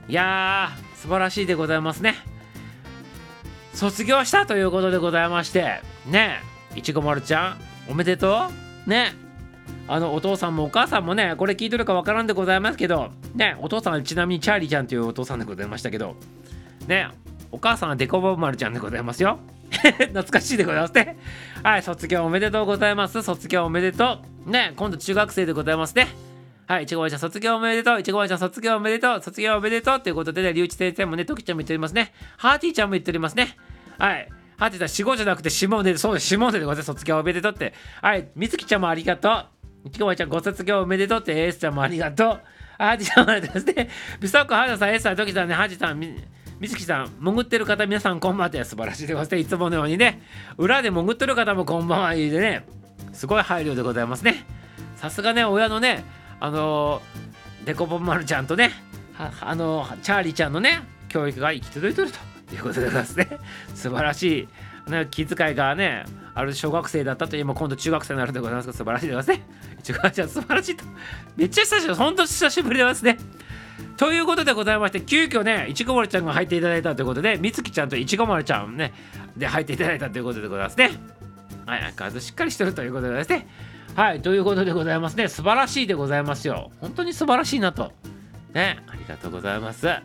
いやー、素晴らしいでございますね。卒業したということでございまして、ね、いちごまるちゃん、おめでとう。ね、お父さんもお母さんもね、これ聞いてるかわからんでございますけど、ね、お父さんはちなみにチャーリーちゃんというお父さんでございましたけど、ね、お母さんはデコボまるちゃんでございますよ。懐かしいでございますね。はい、卒業おめでとうございます。卒業おめでとう。ね、今度中学生でございますね。はい、いちごまるちゃん卒業おめでとう。いちごまるちゃん卒業おめでとう。卒業おめでとうということでね、りゅういち先生もね、ときちゃんも言っておりますね。ハーティーちゃんも言っておりますね。はい。ハーティーさん、死後じゃなくて下もで、そうです、下もでございます。卒業おめでとうって。はい、みつきちゃんもありがとう。いちごまるちゃんご卒業おめでとうって、エースちゃんもありがとう。ハーティーちゃんもありがとうですね。ビソコハーダさん、エースさん、ときさんね、ハーティーさん、みつきさん、潜ってる方、皆さんこんばんはって、素晴らしいでございますね。いつものようにね、裏で潜ってる方もこんばんはでね、すごい配慮でございますね。さすがね、親のね、デコボンマルちゃんとね、チャーリーちゃんのね、教育が行き届いてるということでございますね。素晴らしい、ね、気遣いがね、ある小学生だったと、今度中学生になるでございますが、素晴らしいでございますね。一応、じゃあ素晴らしいと。めっちゃ久しぶり、ほんと久しぶりでございますね。ということでございまして、急遽ね、いちごまるちゃんが入っていただいたということで、みつきちゃんといちごまるちゃんね、で入っていただいたということでございますね。はい、数しっかりしてるということでですね。はい、ということでございますね。素晴らしいでございますよ。本当に素晴らしいなと。ね、ありがとうございます。はい、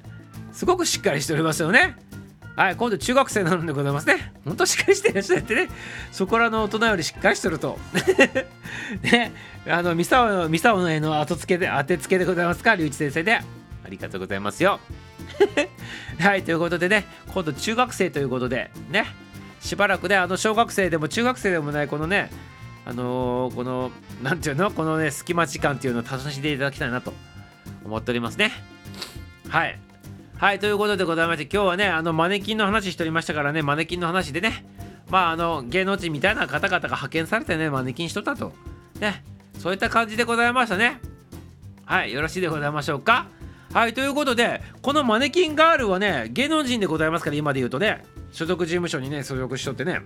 すごくしっかりしておりますよね。はい、今度中学生なのでございますね。本当しっかりしてらっしゃってね、そこらの大人よりしっかりしてると。ね、ミサオの絵の当てつけでございますか、龍一先生で。ありがとうございますよ。はい、ということでね、今度中学生ということで、ね、しばらくね、小学生でも中学生でもない、このね、この、なんていうの、このね、隙間時間っていうのを楽しんでいただきたいなと思っておりますね。はい。はい、ということでございまして、今日はね、マネキンの話しておりましたからね、マネキンの話でね、まあ、芸能人みたいな方々が派遣されてね、マネキンしとったと。ね、そういった感じでございましたね。はい、よろしいでございましょうか。はい、ということで、このマネキンガールはね、芸能人でございますから、今で言うとね、所属事務所にね、所属しとってね、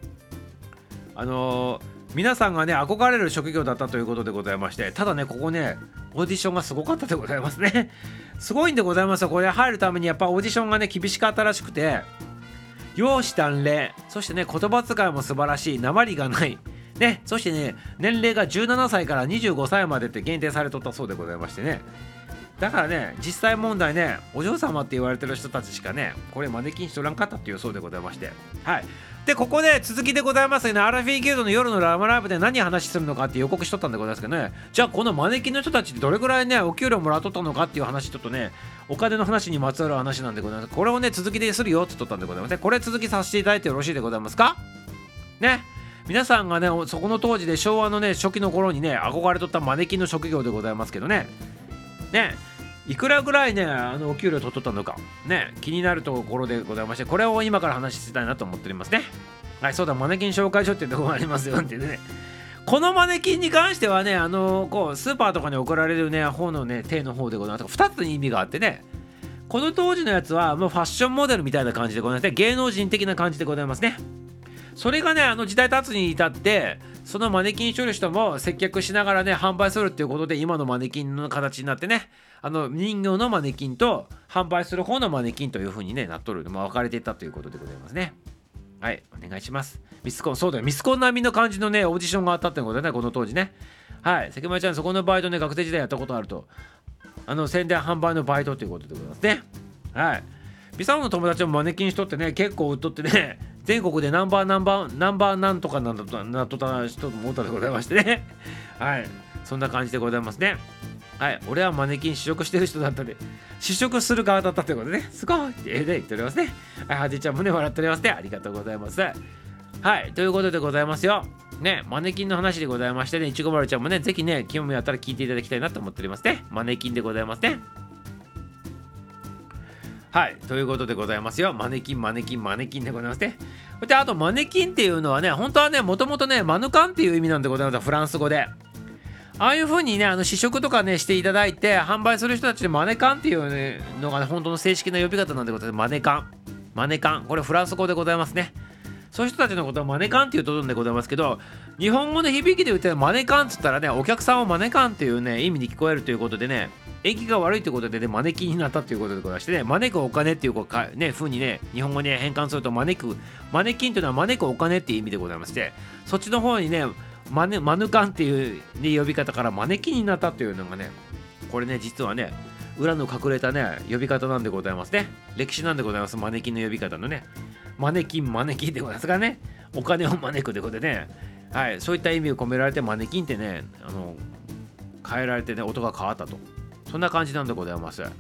皆さんがね、憧れる職業だったということでございまして、ただね、ここね、オーディションがすごかったでございますね。すごいんでございますよ。これ入るためにやっぱオーディションがね、厳しかったらしくて、容姿端麗、そしてね、言葉遣いも素晴らしい、訛りがない。ね、そしてね、年齢が17歳から25歳までって限定されとったそうでございましてね。だからね、実際問題ね、お嬢様って言われてる人たちしかね、これマネキンしとらんかったっていうそうでございまして。はい。で、ここで続きでございますね、アラフィーギルドの夜のライブで何話するのかって予告しとったんでございますけどね、じゃあこのマネキンの人たちってどれくらいね、お給料もらっとったのかっていう話、ちょっとね、お金の話にまつわる話なんでございます。これをね、続きでするよって言っとったんでございますね。これ続きさせていただいてよろしいでございますかね。皆さんがね、そこの当時で昭和のね、初期の頃にね、憧れとったマネキンの職業でございますけどね。ね。いくらぐらいね、お給料取っとったのか、ね、気になるところでございまして、これを今から話したいなと思っておりますね。はい、そうだ、マネキン紹介所っていうところがありますよってね。このマネキンに関してはね、こう、スーパーとかに送られるね、方のね、手の方でございます。2つの意味があってね、この当時のやつはもうファッションモデルみたいな感じでございますね。芸能人的な感じでございますね。それがね、時代経つに至って、そのマネキン処理人も接客しながらね、販売するっていうことで、今のマネキンの形になってね、人形のマネキンと販売する方のマネキンという風にね、なっとる。まあ、分かれていったということでございますね。はい、お願いします。ミスコン、そうだよ、ミスコン並みの感じのね、オーディションがあったってことだね、この当時ね。はい、関町ちゃん、そこのバイトね、学生時代やったことあると。宣伝販売のバイトということでございますね。はい。ビサオの友達もマネキンしとってね、結構売っとってね、全国でナンバーなんとかなっとった人もおったでございましてね。はい、そんな感じでございますね。はい、俺はマネキン試食してる人だったんで、試食する側だったということでね、すごいって言っておりますね。はい、はじちゃんもね、笑っておりますね。ありがとうございます。はい、ということでございますよ。ね、マネキンの話でございましてね、いちごまるちゃんもね、ぜひね、興味あったら聞いていただきたいなと思っておりますね。マネキンでございますね。はい、ということでございますよ。マネキンでございますね。で、あとマネキンっていうのはね、本当はね、もともとね、マヌカンっていう意味なんでございます。フランス語で。ああいう風にね、試食とかね、していただいて、販売する人たちでマネカンっていう、ね、のがね、本当の正式な呼び方なんでございます。マネカン。これフランス語でございますね。 そういう人たちのことをマネカンっていうとんでございますけど、日本語の響きで言ってマネカンっつったらね、お客さんをマネカンっていうね意味に聞こえるということでね、縁起が悪いということでね、招きになったということでございましてね、招くお金っていう風にね、日本語に変換すると招きんというのは招くお金っていう意味でございまして、そっちの方にね、マヌカンっていう、ね、呼び方から招きになったというのがね、これね、実はね、裏の隠れたね、呼び方なんでございますね。歴史なんでございます、招きの呼び方のね。招きでございますからね、お金を招くということでね、はい、そういった意味を込められて、招きんってね、変えられてね、音が変わったと。そんな感じなんでございます。はい。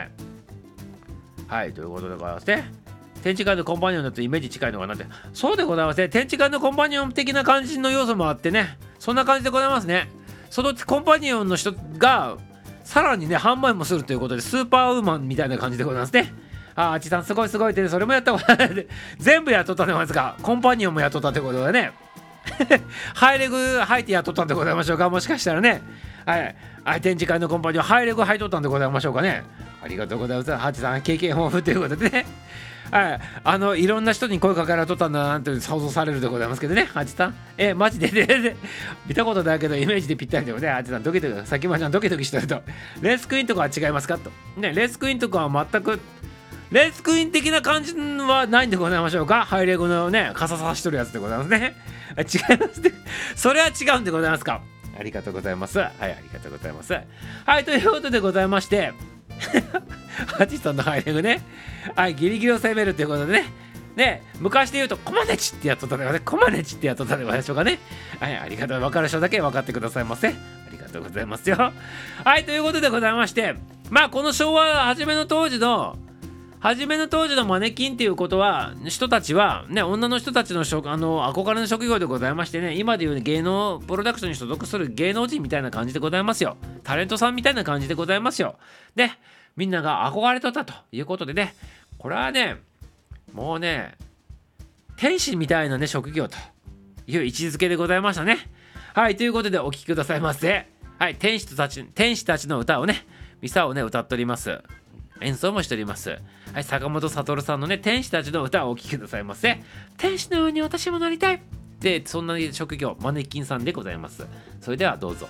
はい、ということでございますね。天地間のコンパニオンだとイメージ近いのかなって。そうでございますね。天地間のコンパニオン的な感じの要素もあってね、そんな感じでございますね。そのコンパニオンの人が、さらにね、販売もするということで、スーパーウーマンみたいな感じでございますね。あちさんすごいって、ね、それもやったことないで、全部雇ったんでございますが、コンパニオンも雇ったってことでね、ハイレグ履いて雇ったんでございましょうか、もしかしたらね。はい、展示会のコンパニオン、ハイレグ履いとったんでございましょうかね。ありがとうございます。ハチさん、経験豊富ということでね。はい、いろんな人に声かけられとったんだなって想像されるでございますけどね、ハチさん。マジで、見たことないけど、イメージでぴったりでもね、ハチさん、ドキドキ、さきまちゃん、ドキドキしてると。レースクイーンとかは違いますかと。ね、レースクイーンとかは全く、レースクイーン的な感じはないんでございましょうか。ハイレグのね、傘さしとるやつでございますね。違いますね。それは違うんでございますか。ありがとうございます。はい、ありがとうございます。はい、ということでございまして、ハチさんのハイレグね、はい、ギリギリを攻めるということでね、昔で言うと、コマネチってやっとったでね、コマネチってやっとったでございましょうかね。はい、ありがとう。分かる人だけ分かってくださいませ。ありがとうございますよ。はい、ということでございまして、まあ、この昭和初めの当時のマネキンっていうことは、人たちは、ね、女の人たちの憧れの職業でございましてね、今でいう、芸能プロダクションに所属する芸能人みたいな感じでございますよ。タレントさんみたいな感じでございますよ。で、みんなが憧れとったということでね、これはね、もうね、天使みたいなね、職業という位置づけでございましたね。はい、ということでお聴きくださいませ。はい、天使たちの歌をね、ミサをね、歌っております。演奏もしております。はい、坂本悟さんのね、天使たちの歌をお聴きくださいませ。天使のように私もなりたいで、そんな職業、マネキンさんでございます。それではどうぞ。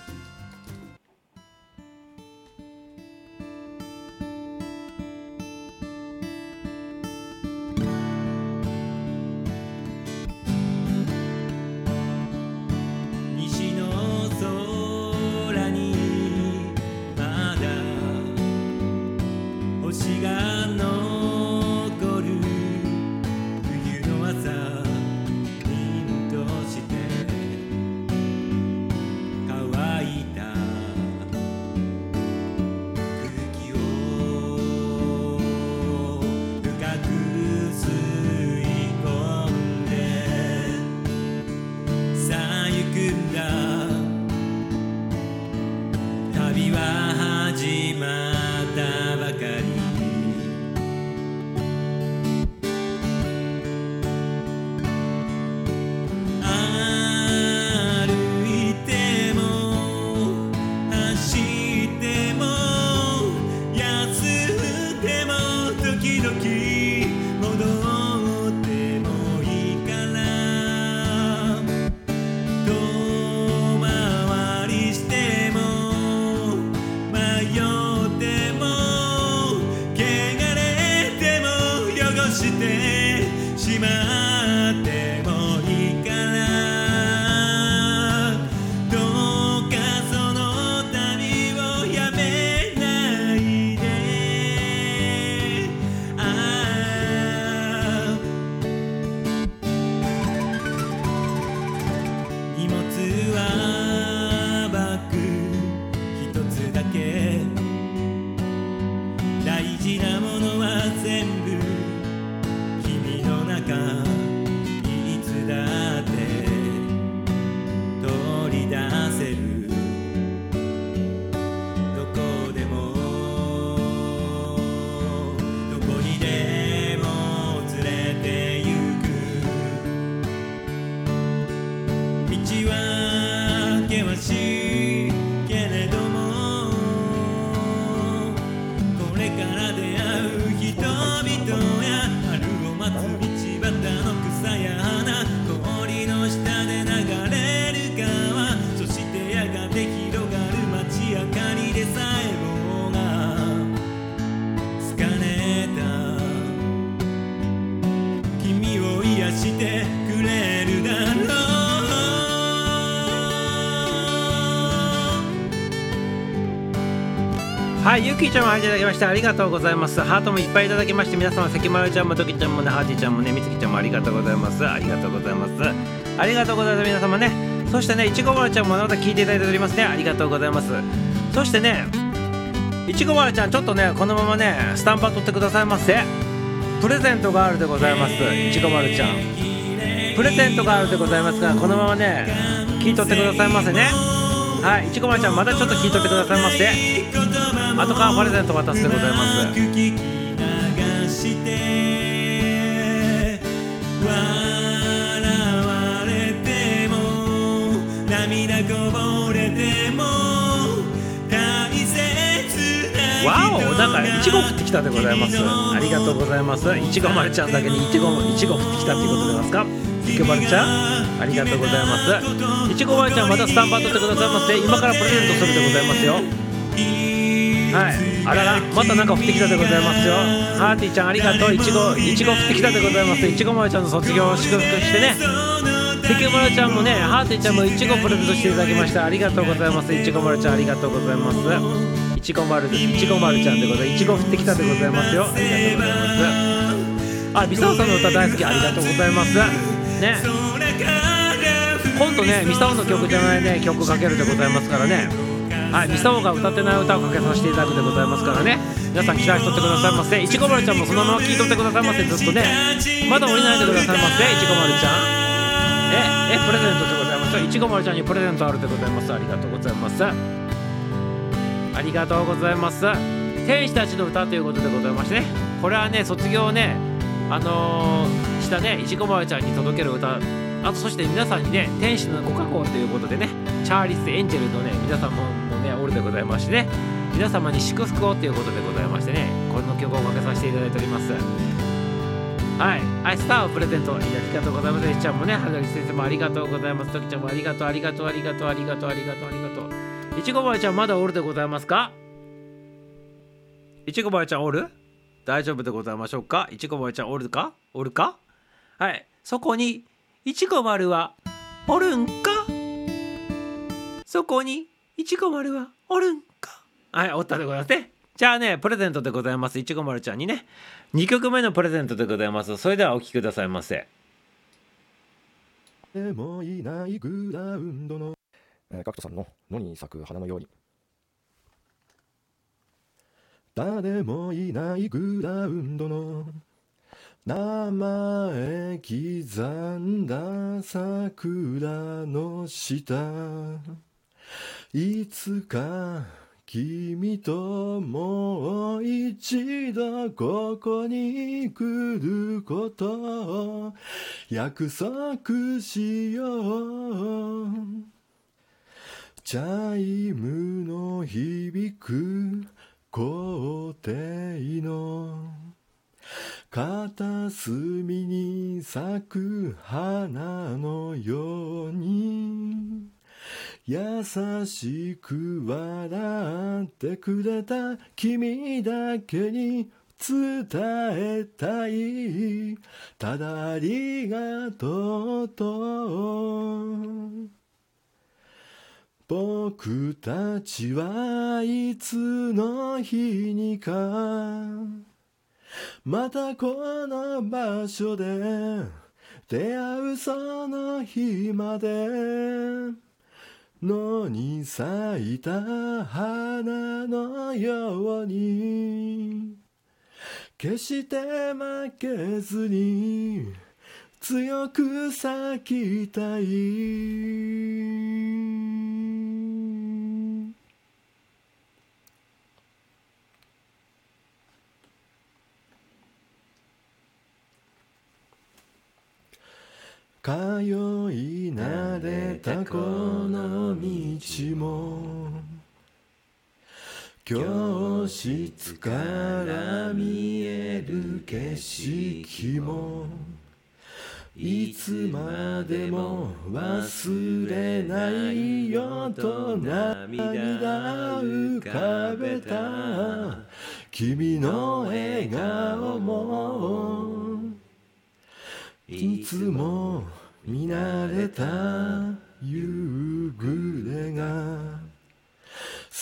西の空にまだ星が残る冬の朝、凛として乾いた空気を深く吸い込んでさあ行くんだ、旅は始まったばかり。歩いても走っても休んでも時々戻ってもいいから遠回りしても迷っても汚れても汚してしまってもいいからどうかその旅をやめないで。荷物はバッグ一つだけ、大事なものは全部君の中、いつだって取り出せる。どこでもどこにでも連れて行く。道は険しいけれども、これから出会う人々や春を待つ道端の草やはい、ゆきちゃんも入っていただきましてありがとうございます。ハートもいっぱいいただきまして、皆様関丸ちゃんもときちゃんもね、ハーティちゃんもね、みつきちゃんもありがとうございます。ありがとうございます。ありがとうございます皆様ね。そしてね、いちご丸ちゃんもまた聞いていただいておりますね。ありがとうございます。そしてね、いちご丸ちゃんちょっとね、このままねスタンパ取ってくださいませ。プレゼントがあるでございます。いちご丸ちゃんプレゼントがあるでございますから、このままね聞いとってくださいませね。はい、いちご丸ちゃんまたちょっと聞いとってくださいませ。後からプレゼント渡すでございます。わお、なんかいちご降ってきたでございます。ありがとうございます。いちご丸ちゃんだけにいちご降ってきたということでますか。いちご丸ちゃんありがとうございます。いちご丸ちゃんまたスタンバ取ってくださいませ。今からプレゼントするでございますよ。はい、あらら、またなんか降ってきたでございますよ。ハーティーちゃんありがとう。いちご降ってきたでございます。いちご丸ちゃんの卒業を祝福してね。関丸ちゃんもね、ハーティーちゃんもいちごプレゼントしていただきました。ありがとうございます。いちご丸ちゃんありがとうございます。いちご丸です。いちご丸ちゃんでございます。いちご降ってきたでございますよ。ありがとうございます。あ、ミサオさんの歌大好き、ありがとうございますね。今度ね、ミサオの曲じゃないね曲かけるでございますからね。はい、ミサオが歌ってない歌をかけさせていただくでございますからね。皆さん期待しとってくださいませ。いちご丸ちゃんもそのまま聞いとってくださいませ。ずっとね、まだ降りないでくださいませ。いちご丸ちゃんプレゼントでございます。いちご丸ちゃんにプレゼントあるでございます。ありがとうございます。ありがとうございます。天使たちの歌ということでございましてね、これはね卒業をねしたねいちご丸ちゃんに届ける歌、あとそして皆さんにね天使のご加護ということでね、チャーリス・エンジェルのね皆さんもねおるでございましてね、皆様に祝福をということでございましてね、この曲をかけさせていただいております。はい、スターをプレゼントありがとうございます。いちゃんもね、はなり先生もありがとうございます。ときちゃんもありがとう、ありがとう、ありがとう、ありがとう、ありがとう、ありがとう。いちごばあちゃんまだおるでございますか。いちごばあちゃんおる？大丈夫でございましょうか。いちごばあちゃんおるか？はい、そこにいちご丸はおるんか？そこにいちご丸はおるんか？はい、おったでございますね。じゃあね、プレゼントでございます。いちご丸ちゃんにね、2曲目のプレゼントでございます。それではお聴きくださいませ。 誰もいないグラウンドの、ガクトさんの野に咲く花のように。誰もいないグラウンドの名前刻んだ桜の下、いつか君ともう一度ここに来ることを約束しよう。チャイムの響く校庭の片隅に咲く花のように、優しく笑ってくれた君だけに伝えたい、ただありがとうと。僕たちはいつの日にかまたこの場所で出会う、その日まで野に咲いた花のように、決して負けずに強く咲きたい。通い慣れたこの道も、教室から見える景色も、いつまでも忘れないよと涙浮かべた君の笑顔も、いつも見慣れた夕暮れが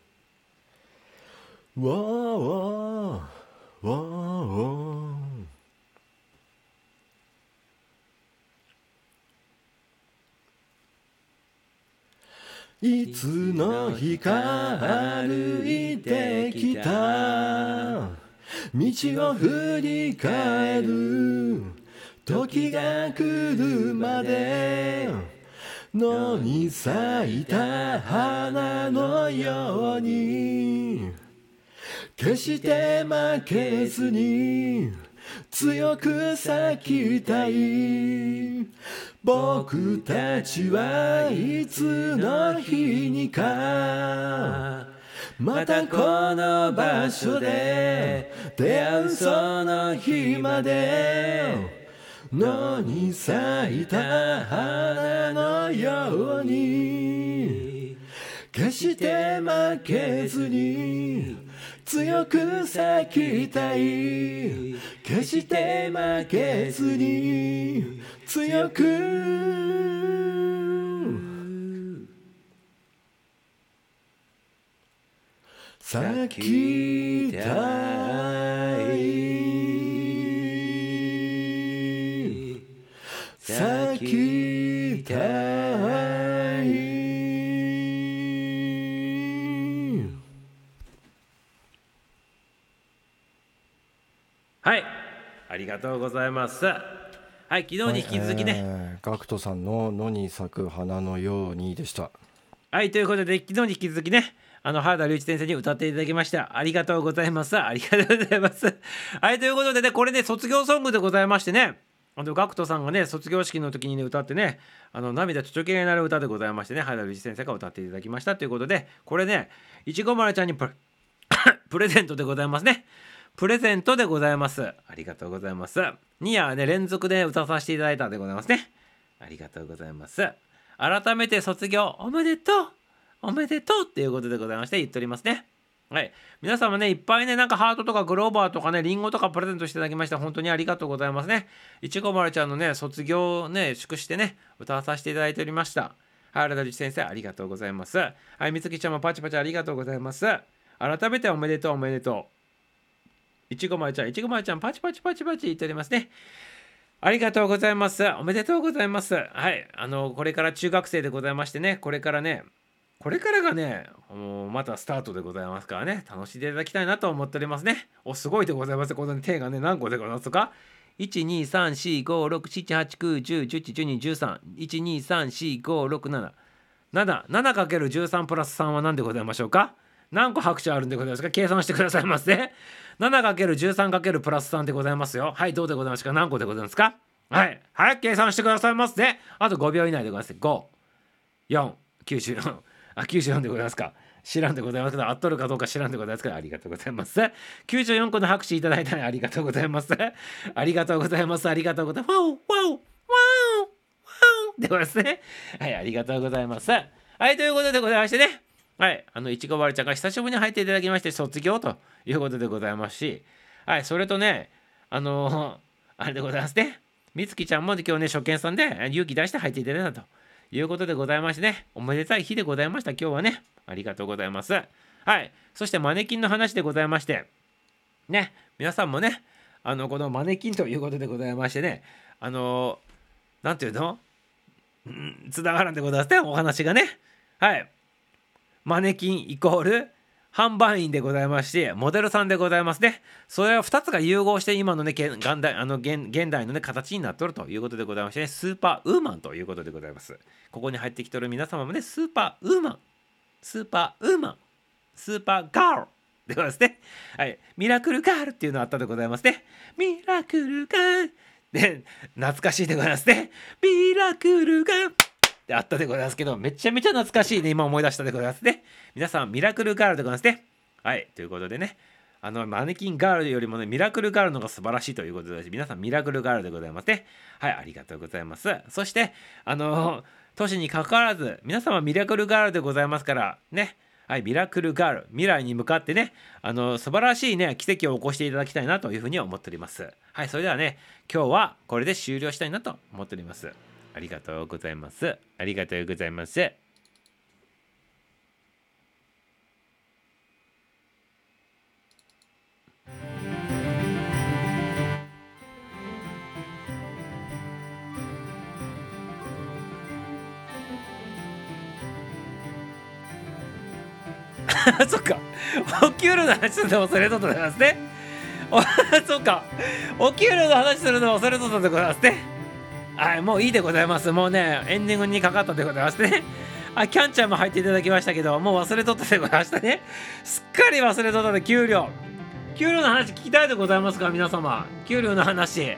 わーわーわーいつの日か歩いてきた道を振り返る時が来るまで野に咲いた花のように決して負けずに強く咲きたい僕たちはいつの日にかまたこの場所で出会うその日まで野に咲いた花のように決して負けずに強く咲きたい決して負けずに強く咲きたい咲きたいはい、ありがとうございます。はい、昨日に引き続きね、 ガクトさんの野に咲く花のようにでした。 はい、ということで昨日に引き続きね、原田龍一先生に歌っていただきました。ありがとうございます。ありがとうございます。はい、ということでね、これね、卒業ソングでございましてね、ガクトさんがね、卒業式の時にね、歌ってね、涙ちょちょきれいになる歌でございましてね、原田龍一先生が歌っていただきましたということで、これね、いちごまるちゃんにプレゼントでございますね。プレゼントでございます。ありがとうございます。2夜ね、連続で歌わさせていただいたでございますね。ありがとうございます。改めて卒業おめでとうおめでとうっていうことでございまして言っておりますね。はい、皆様ね、いっぱいね、なんかハートとかグローバーとかね、リンゴとかプレゼントしていただきまして本当にありがとうございますね。いちごまるちゃんのね、卒業をね、祝してね、歌わさせていただいておりました。原田龍一先生ありがとうございます。はい、みつきちゃんもパチパチありがとうございます。改めておめでとうおめでとう。いちごまるちゃんパチパチパチパチ言っておりますね。ありがとうございます。おめでとうございます。はい、これから中学生でございましてね、これからがね、またスタートでございますからね、楽しんでいただきたいなと思っておりますね。すごいでございます。この手がね、何個でございますか？ 1,2,3,4,5,6,7,8,9,10,11,12,13,14,15,6,7 7×13 プラス3は何でございましょうか？何個拍手あるんでございますか？計算してくださいませ。7×13× プラス3でございますよ。はい、どうでございますか？何個でございますか？はい、はい、計算してくださいませ。あと5秒以内でございます。5、4、94、94でございますか？知らんでございますけど、合っとるかどうか知らんでございますけど、ありがとうございます。94個の拍手いただいたのありがとうございます。ありがとうございます。ありがとうございます。ワオワオワオワオでございますね。はい、ありがとうございます。はい、ということでございましてね。はい、いちごまるちゃんが久しぶりに入っていただきまして卒業ということでございますし、はい、それとね、あれでございますね。みつきちゃんも今日ね、初見さんで勇気出して入っていただいたということでございましてね、おめでたい日でございました。今日はね、ありがとうございます。はい、そしてマネキンの話でございまして、ね、皆さんもね、 このマネキンということでございましてね、なんていうの、つながるんでございますね、お話がね。はい。マネキンイコール販売員でございまして、モデルさんでございますね。それは2つが融合して今のね、現代のね、形になっとるということでございましてね、スーパーウーマンということでございます。ここに入ってきとる皆様もね、スーパーウーマン、スーパーウーマン、スーパーガールでございますね。はい。ミラクルガールっていうのあったでございますね。ミラクルガールで、懐かしいでございますね。ミラクルガールってあったでございますけど、めちゃめちゃ懐かしいね、今思い出したでございますね。皆さん、ミラクルガールでございますね。はい。ということでね、マネキンガールよりもね、ミラクルガールの方が素晴らしいということで、皆さん、ミラクルガールでございますね。はい。ありがとうございます。そして、年に関わらず、皆様、ミラクルガールでございますから、ね。はい、ミラクルガール、未来に向かってね、素晴らしいね、奇跡を起こしていただきたいなというふうに思っております。はい、それではね、今日はこれで終了したいなと思っております。ありがとうございます。ありがとうございます。そっか、お給料の話するの忘れとったでございますね。そっか、お給料の話するの忘れとったでございますね。はい、もういいでございます。もうね、エンディングにかかったでございますね。キャンちゃんも入っていただきましたけど、もう忘れとったでございましたね。すっかり忘れとったで、給料の話聞きたいでございますか、皆様。給料の話。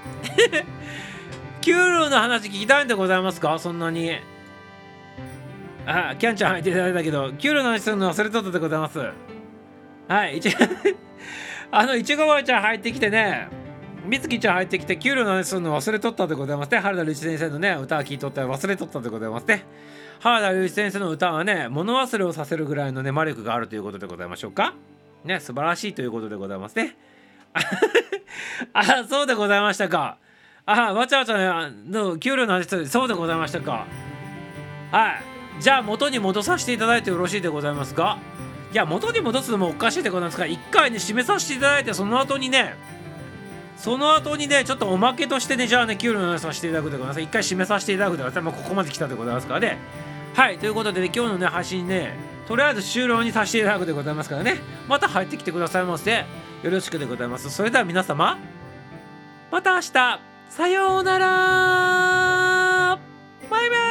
給料の話聞きたいんでございますか、そんなに。キャンちゃん入っていただいたけど、給料の話するの忘れとったでございます。はい、いちごまるちゃん入ってきてね、みつきちゃん入ってきて、給料の話するの忘れとったでございますね。原田龍一先生のね、歌を聴いとったら忘れとったでございますね。原田龍一先生の歌はね、物忘れをさせるぐらいのね、魔力があるということでございましょうか。ね、素晴らしいということでございますね。そうでございましたか。わちゃわちゃの給料の話する、そうでございましたか。はい。じゃあ元に戻させていただいてよろしいでございますか。いや、元に戻すのもおかしいでございますから、一回ね、締めさせていただいて、その後にね、ちょっとおまけとしてね、じゃあね、給料の話させていただくでございます。一回締めさせていただくでございます。もうここまで来たでございますからね。はい、ということで、ね、今日のね、配信ね、とりあえず終了にさせていただくでございますからね、また入ってきてくださいませ。よろしくでございます。それでは皆様、また明日、さようなら、バイバイ。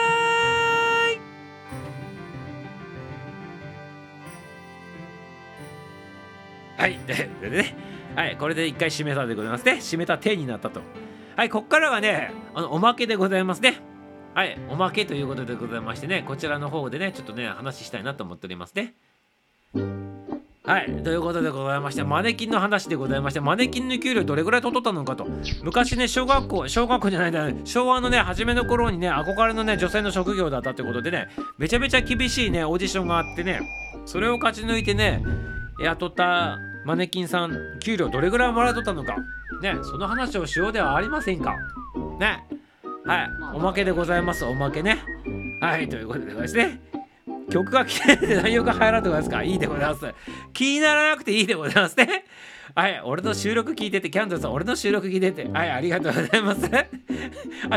はい、でね、はい、これで一回締めたでございますね。締めた手になったと。はい、こっからはね、おまけでございますね。はい、おまけということでございましてね、こちらの方でね、ちょっとね、話したいなと思っておりますね。はい、ということでございまして、マネキンの話でございまして、マネキンの給料どれぐらい取っとったのかと。昔ね、小学校じゃないんだ、昭和のね、初めの頃にね、憧れのね、女性の職業だったってことでね、めちゃめちゃ厳しいね、オーディションがあってね、それを勝ち抜いてね、雇ったマネキンさん、給料どれぐらいもらえとったのかね、その話をしようではありませんかね。はい、おまけでございます。おまけね。はい、ということでございますね、曲が聴けて内容が入らんでございますか。いいでございます。気にならなくていいでございますね。はい、俺の収録聞いてて、キャンドルさん、俺の収録聞いてて、はい、ありがとうございます。はい、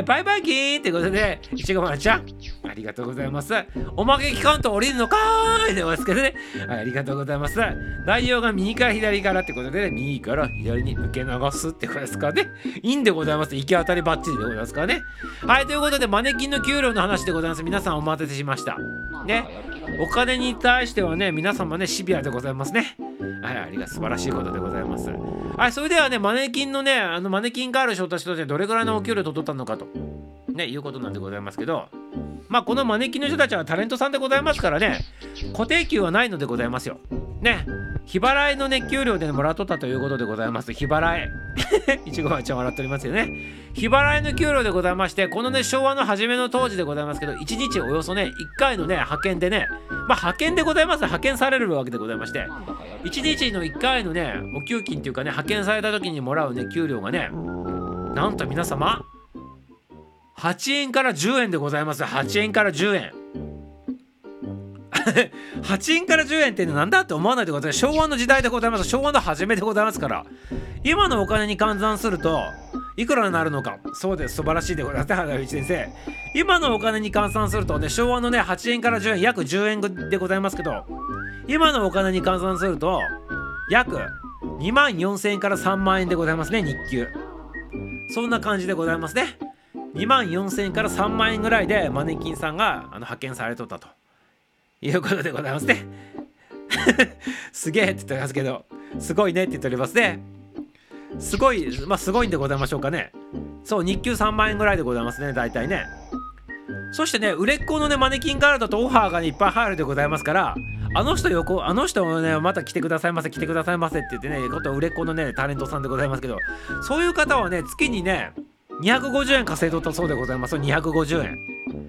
バイバイキーンってことで、いちごまるちゃん、ありがとうございます。おまけ聞かんと降りるのかーいでございますけどね。はい、ありがとうございます。内容が右から左からってことで、ね、右から左に受け流すってことですからね。いいんでございます。行き当たりばっちりでございますからね。はい、ということで、マネキンの給料の話でございます。皆さんお待たせしました。ね。お金に対してはね、皆様ね、シビアでございますね。はい、ありが素晴らしいことでございます。はい、それではね、マネキンのね、マネキンガール翔たちとしてどれぐらいのお給料取っとったのかと、ね、いうことなんでございますけど、まあ、このマネキンの人たちはタレントさんでございますからね、固定給はないのでございますよ。ね、日払いのね、給料でもらっとったということでございます。日払い。いちごまちゃん笑っておりますよね。日払いの給料でございまして、このね、昭和の初めの当時でございますけど、1日およそね、1回のね、派遣でね、まあ、派遣でございます。派遣されるわけでございまして、1日の1回のね、お給金っていうかね、派遣された時にもらうね、給料がね、なんと皆様、8円から10円でございます。8円から10円。8円から10円ってなんだって思わないでください。昭和の時代でございます。昭和の初めでございますから。 今のお金に換算するといくらになるのか。そうです、素晴らしいでございますね、花道先生。今のお金に換算するとね、昭和のね8円から10円、約10円でございますけど、今のお金に換算すると約2万4000円から3万円でございますね、日給。そんな感じでございますね。2万4000円から3万円ぐらいでマネキンさんが派遣されとったということでございますね。すげえって言ってますけど、すごいねって言っておりますね。すごい、すごいんでございましょうかね。そう、日給3万円ぐらいでございますね、大体ね。そしてね、売れっ子のねマネキンガールだとオファーが、ね、いっぱい入るでございますから、あの人をねまた来てくださいませ、来てくださいませって言ってね、こと売れっ子のねタレントさんでございますけど、そういう方はね月にね250円稼いとったそうでございます。250円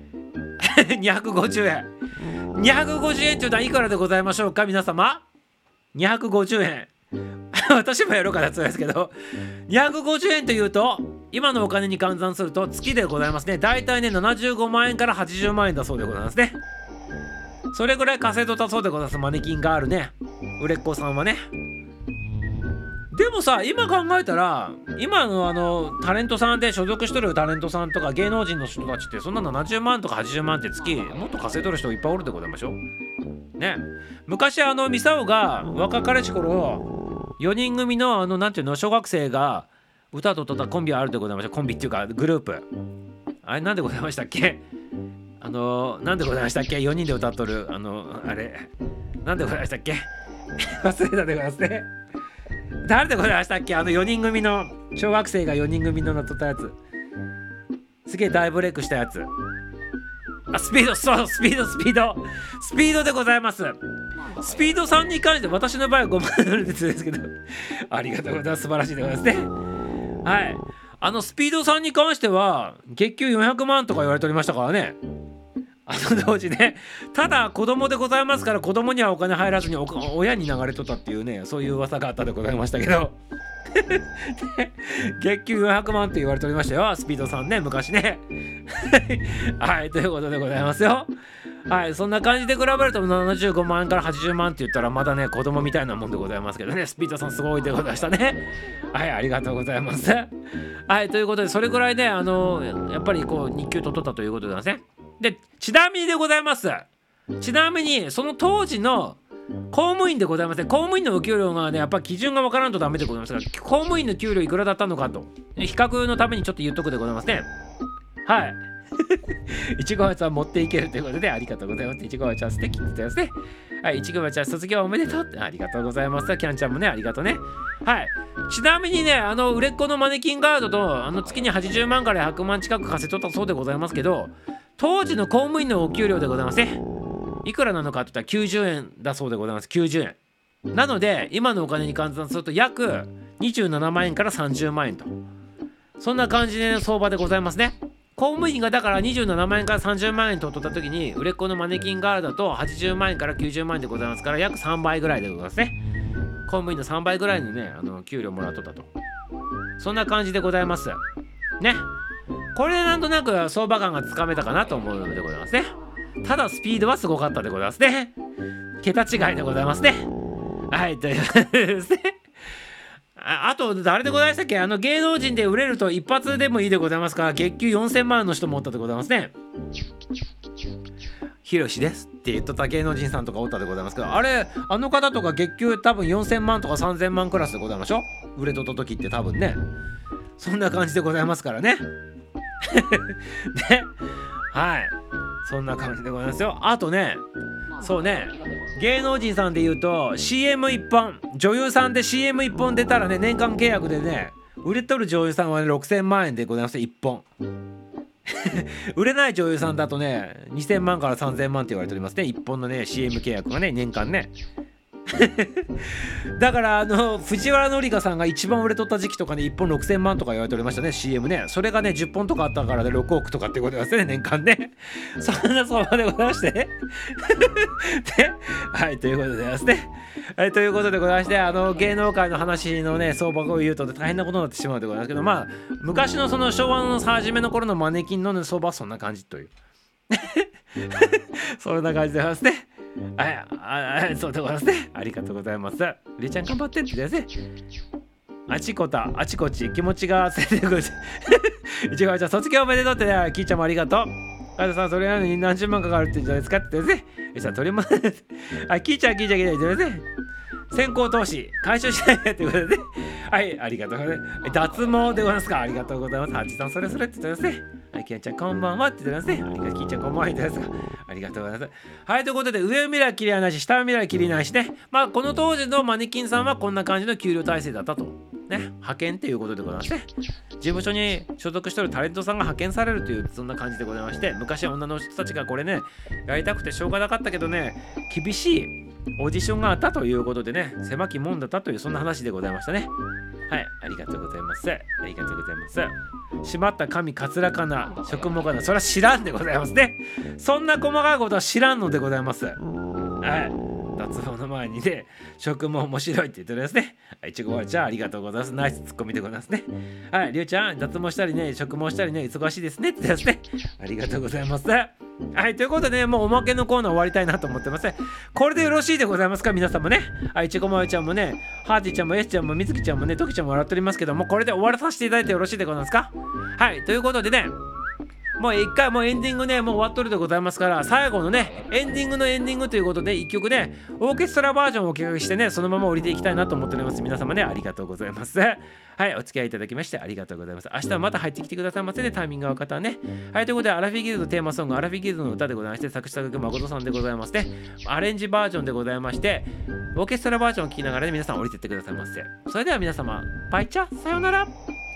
250円250円っていうのはいくらでございましょうか皆様。250円私もやろうかなって言うんですけど、250円というと今のお金に換算すると月でございますね。だいたいね75万円から80万円だそうでございますね。それぐらい稼いとったそうでございます、マネキンガールね、売れっ子さんはね。でもさ、今考えたら今のタレントさんで所属しとるタレントさんとか芸能人の人たちってそんな70万とか80万って月もっと稼いとる人いっぱいおるでございましょね。昔ミサオが若かりし頃4人組のなんていうの、小学生が歌とったコンビはあるでございました。コンビっていうかグループ、あれなんでございましたっけ、なんでございましたっけ、4人で歌っとるあれなんでございましたっけ忘れたでございますね。誰でございましたっけ、4人組の小学生が4人組の歌ったやつ、すげえ大ブレイクしたやつ。スピード、そう、スピードでございます。スピードさんに関して私の場合は5万ドルですけどありがとうございます、素晴らしいでございますね。はい、スピードさんに関しては月給400万とか言われておりましたからね、当時ね。ただ子供でございますから、子供にはお金入らずに親に流れとったっていうね、そういう噂があったでございましたけど月給400万って言われておりましたよ、スピードさんね、昔ねはい、ということでございますよ。はい、そんな感じで比べると75万円から80万って言ったらまだね子供みたいなもんでございますけどね、スピードさんすごいでございましたね。はい、ありがとうございます。はい、ということでそれぐらいねやっぱりこう日給と取ったということでございますね。で、ちなみにでございます。ちなみにその当時の公務員でございますね。公務員のお給料がねやっぱ基準がわからんとダメでございますが、公務員の給料いくらだったのかと比較のためにちょっと言っとくでございますね。はいいちごはちゃん持っていけるということでありがとうございます。いちごはちゃん素敵って言ってますね。はい、いちごはちゃん卒業おめでとうってありがとうございます。キャンちゃんもねありがとうね。はい、ちなみにね売れっ子のマネキンガードと月に80万から100万近く稼いとったそうでございますけど、当時の公務員のお給料でございますね、いくらなのかって言ったら90円だそうでございます。90円なので今のお金に換算すると約27万円から30万円と、そんな感じで、ね、相場でございますね。公務員がだから27万円から30万円と取った時に売れっ子のマネキンガールだと80万円から90万円でございますから、約3倍ぐらいでございますね。公務員の3倍ぐらいのね給料もらっとったと、そんな感じでございますね。これでなんとなく相場感がつかめたかなと思うのでございますね。ただスピードはすごかったでございますね。桁違いでございますね。はい、ということですね。あと誰でございましたっけ、芸能人で売れると一発でもいいでございますから、月給4000万の人もおったでございますね。ひろしですって言っとった芸能人さんとかおったでございますけど、あれ方とか月給多分4000万とか3000万クラスでございましょ、売れとった時って多分ね、そんな感じでございますからねね、はい、そんな感じでございますよ。あとね、そうね、芸能人さんで言うと CM1 本、女優さんで CM1 本出たらね、年間契約でね売れとる女優さんはね6000万円でございます、1本売れない女優さんだとね2000万から3000万って言われておりますね、1本のね CM 契約がね年間ねだから藤原紀香さんが一番売れとった時期とかね1本6000万とか言われておりましたね、 CM ね。それがね10本とかあったからで6億とかってことですね、年間ねそんな相場でございましてで、はい、ということでございますね。はい、ということでございまして、芸能界の話のね相場を言うと大変なことになってしまうでございますけど、まあ昔のその昭和の初めの頃のマネキンの、ね、相場はそんな感じというそんな感じでございますね。はい、そうでございますね。ありがとうございます。りえちゃん頑張ってってですね。 あちこたあちこち気持ちがせてくるいちごちゃん卒業おめでとうってね、キーちゃんもありがとう。あとさ、それなのに何十万かかるって言うんじゃないですかって言ってね。さ、取り戻せあ、キーちゃん言ってね。先行投資回収しないでってことでね。はい、ありがとうございます。脱毛でございますか。ありがとうございます。ハチさん、それって言ってますね。はい、キーちゃんこんばんはって言ってますね。ありがとう、キーちゃんこんばんはって言ってますありがとうございます。はい、ということで、上を見りゃ切りないし、下を見りゃ切りないしね。まあ、この当時のマネキンさんはこんな感じの給料体制だったと。ね、派遣っていうことでございまして、事務所に所属しておるタレントさんが派遣されるというそんな感じでございまして、昔女の人たちがこれねやりたくてしょうがなかったけどね、厳しいオーディションがあったということでね、狭き門だったというそんな話でございましたね。はい、ありがとうございます。ありがとうございます。しまった神かつらかな食毛かな、それは知らんでございますね。そんな細かいことは知らんのでございます。はい、脱毛の前にね、食も面白いって言ってるんですね。いちごわちゃん、ありがとうございます。ナイスツッコミでございますね。はい、りゅうちゃん、脱毛したりね、食毛したりね、忙しいですねって言ってですね。ありがとうございます。はい、ということでね、もうおまけのコーナー終わりたいなと思ってます。これでよろしいでございますか、皆さんもね。はい、いちごまよちゃんもね、ハーティちゃんもエスちゃんもみずきちゃんもね、ときちゃんも笑っておりますけども、これで終わらさせていただいてよろしいでございますか。はい、ということでね、もう一回もうエンディングねもう終わっとるでございますから、最後のねエンディングのエンディングということで一曲ねオーケストラバージョンをお聴きしてね、そのまま降りていきたいなと思っております。皆様ね、ありがとうございます。はい、お付き合いいただきましてありがとうございます。明日はまた入ってきてくださいませね、タイミング合う方はね。はい、ということでアラフィギルドテーマソング、アラフィギルドの歌でございまして、作詞作曲誠さんでございますね。アレンジバージョンでございまして、オーケストラバージョンを聴きながら、ね、皆さん降りてってくださいませ。それでは皆様バイチャさようなら。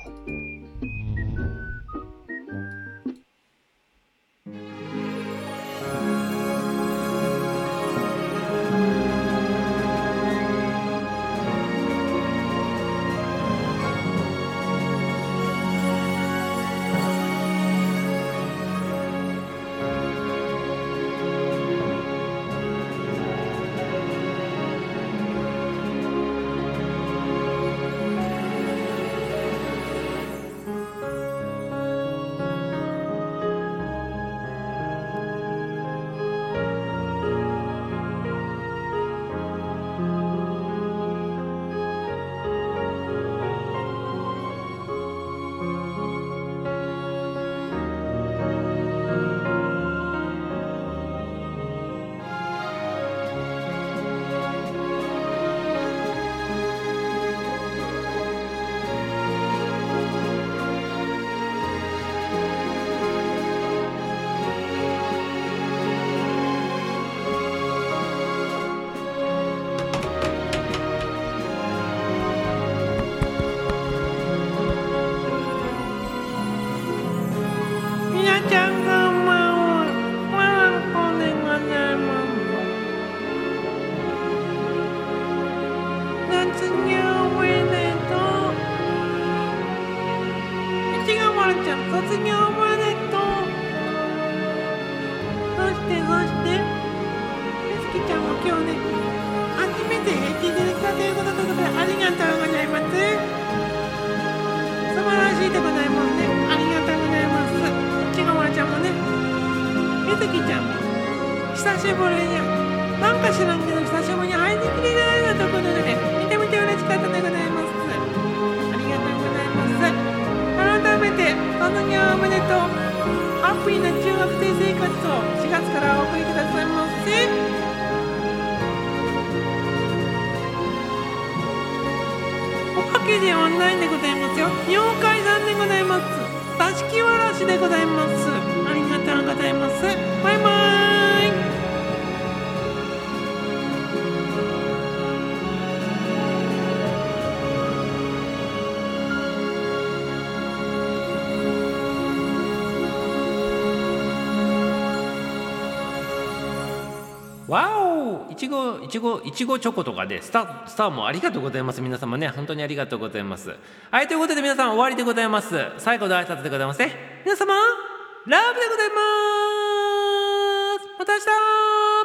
久しぶりになんか知らんけど久しぶりに会いに来ていただいたところでね、めちゃめちゃ嬉しかったでございます。ありがとうございます。改めて卒業おめでとう。ハッピーな中学生生活を4月からお送りくださいませ。おかげではないんでございますよ。妖怪さんでございます。座敷わらしでございます。ありがとうございます。バイバーイ。 わお、いちごチョコとかでスターもありがとうございます。皆様ね、本当にありがとうございます。はい、ということで皆さん終わりでございます。最後の挨拶でございますね。皆様ラブでございます。また明日。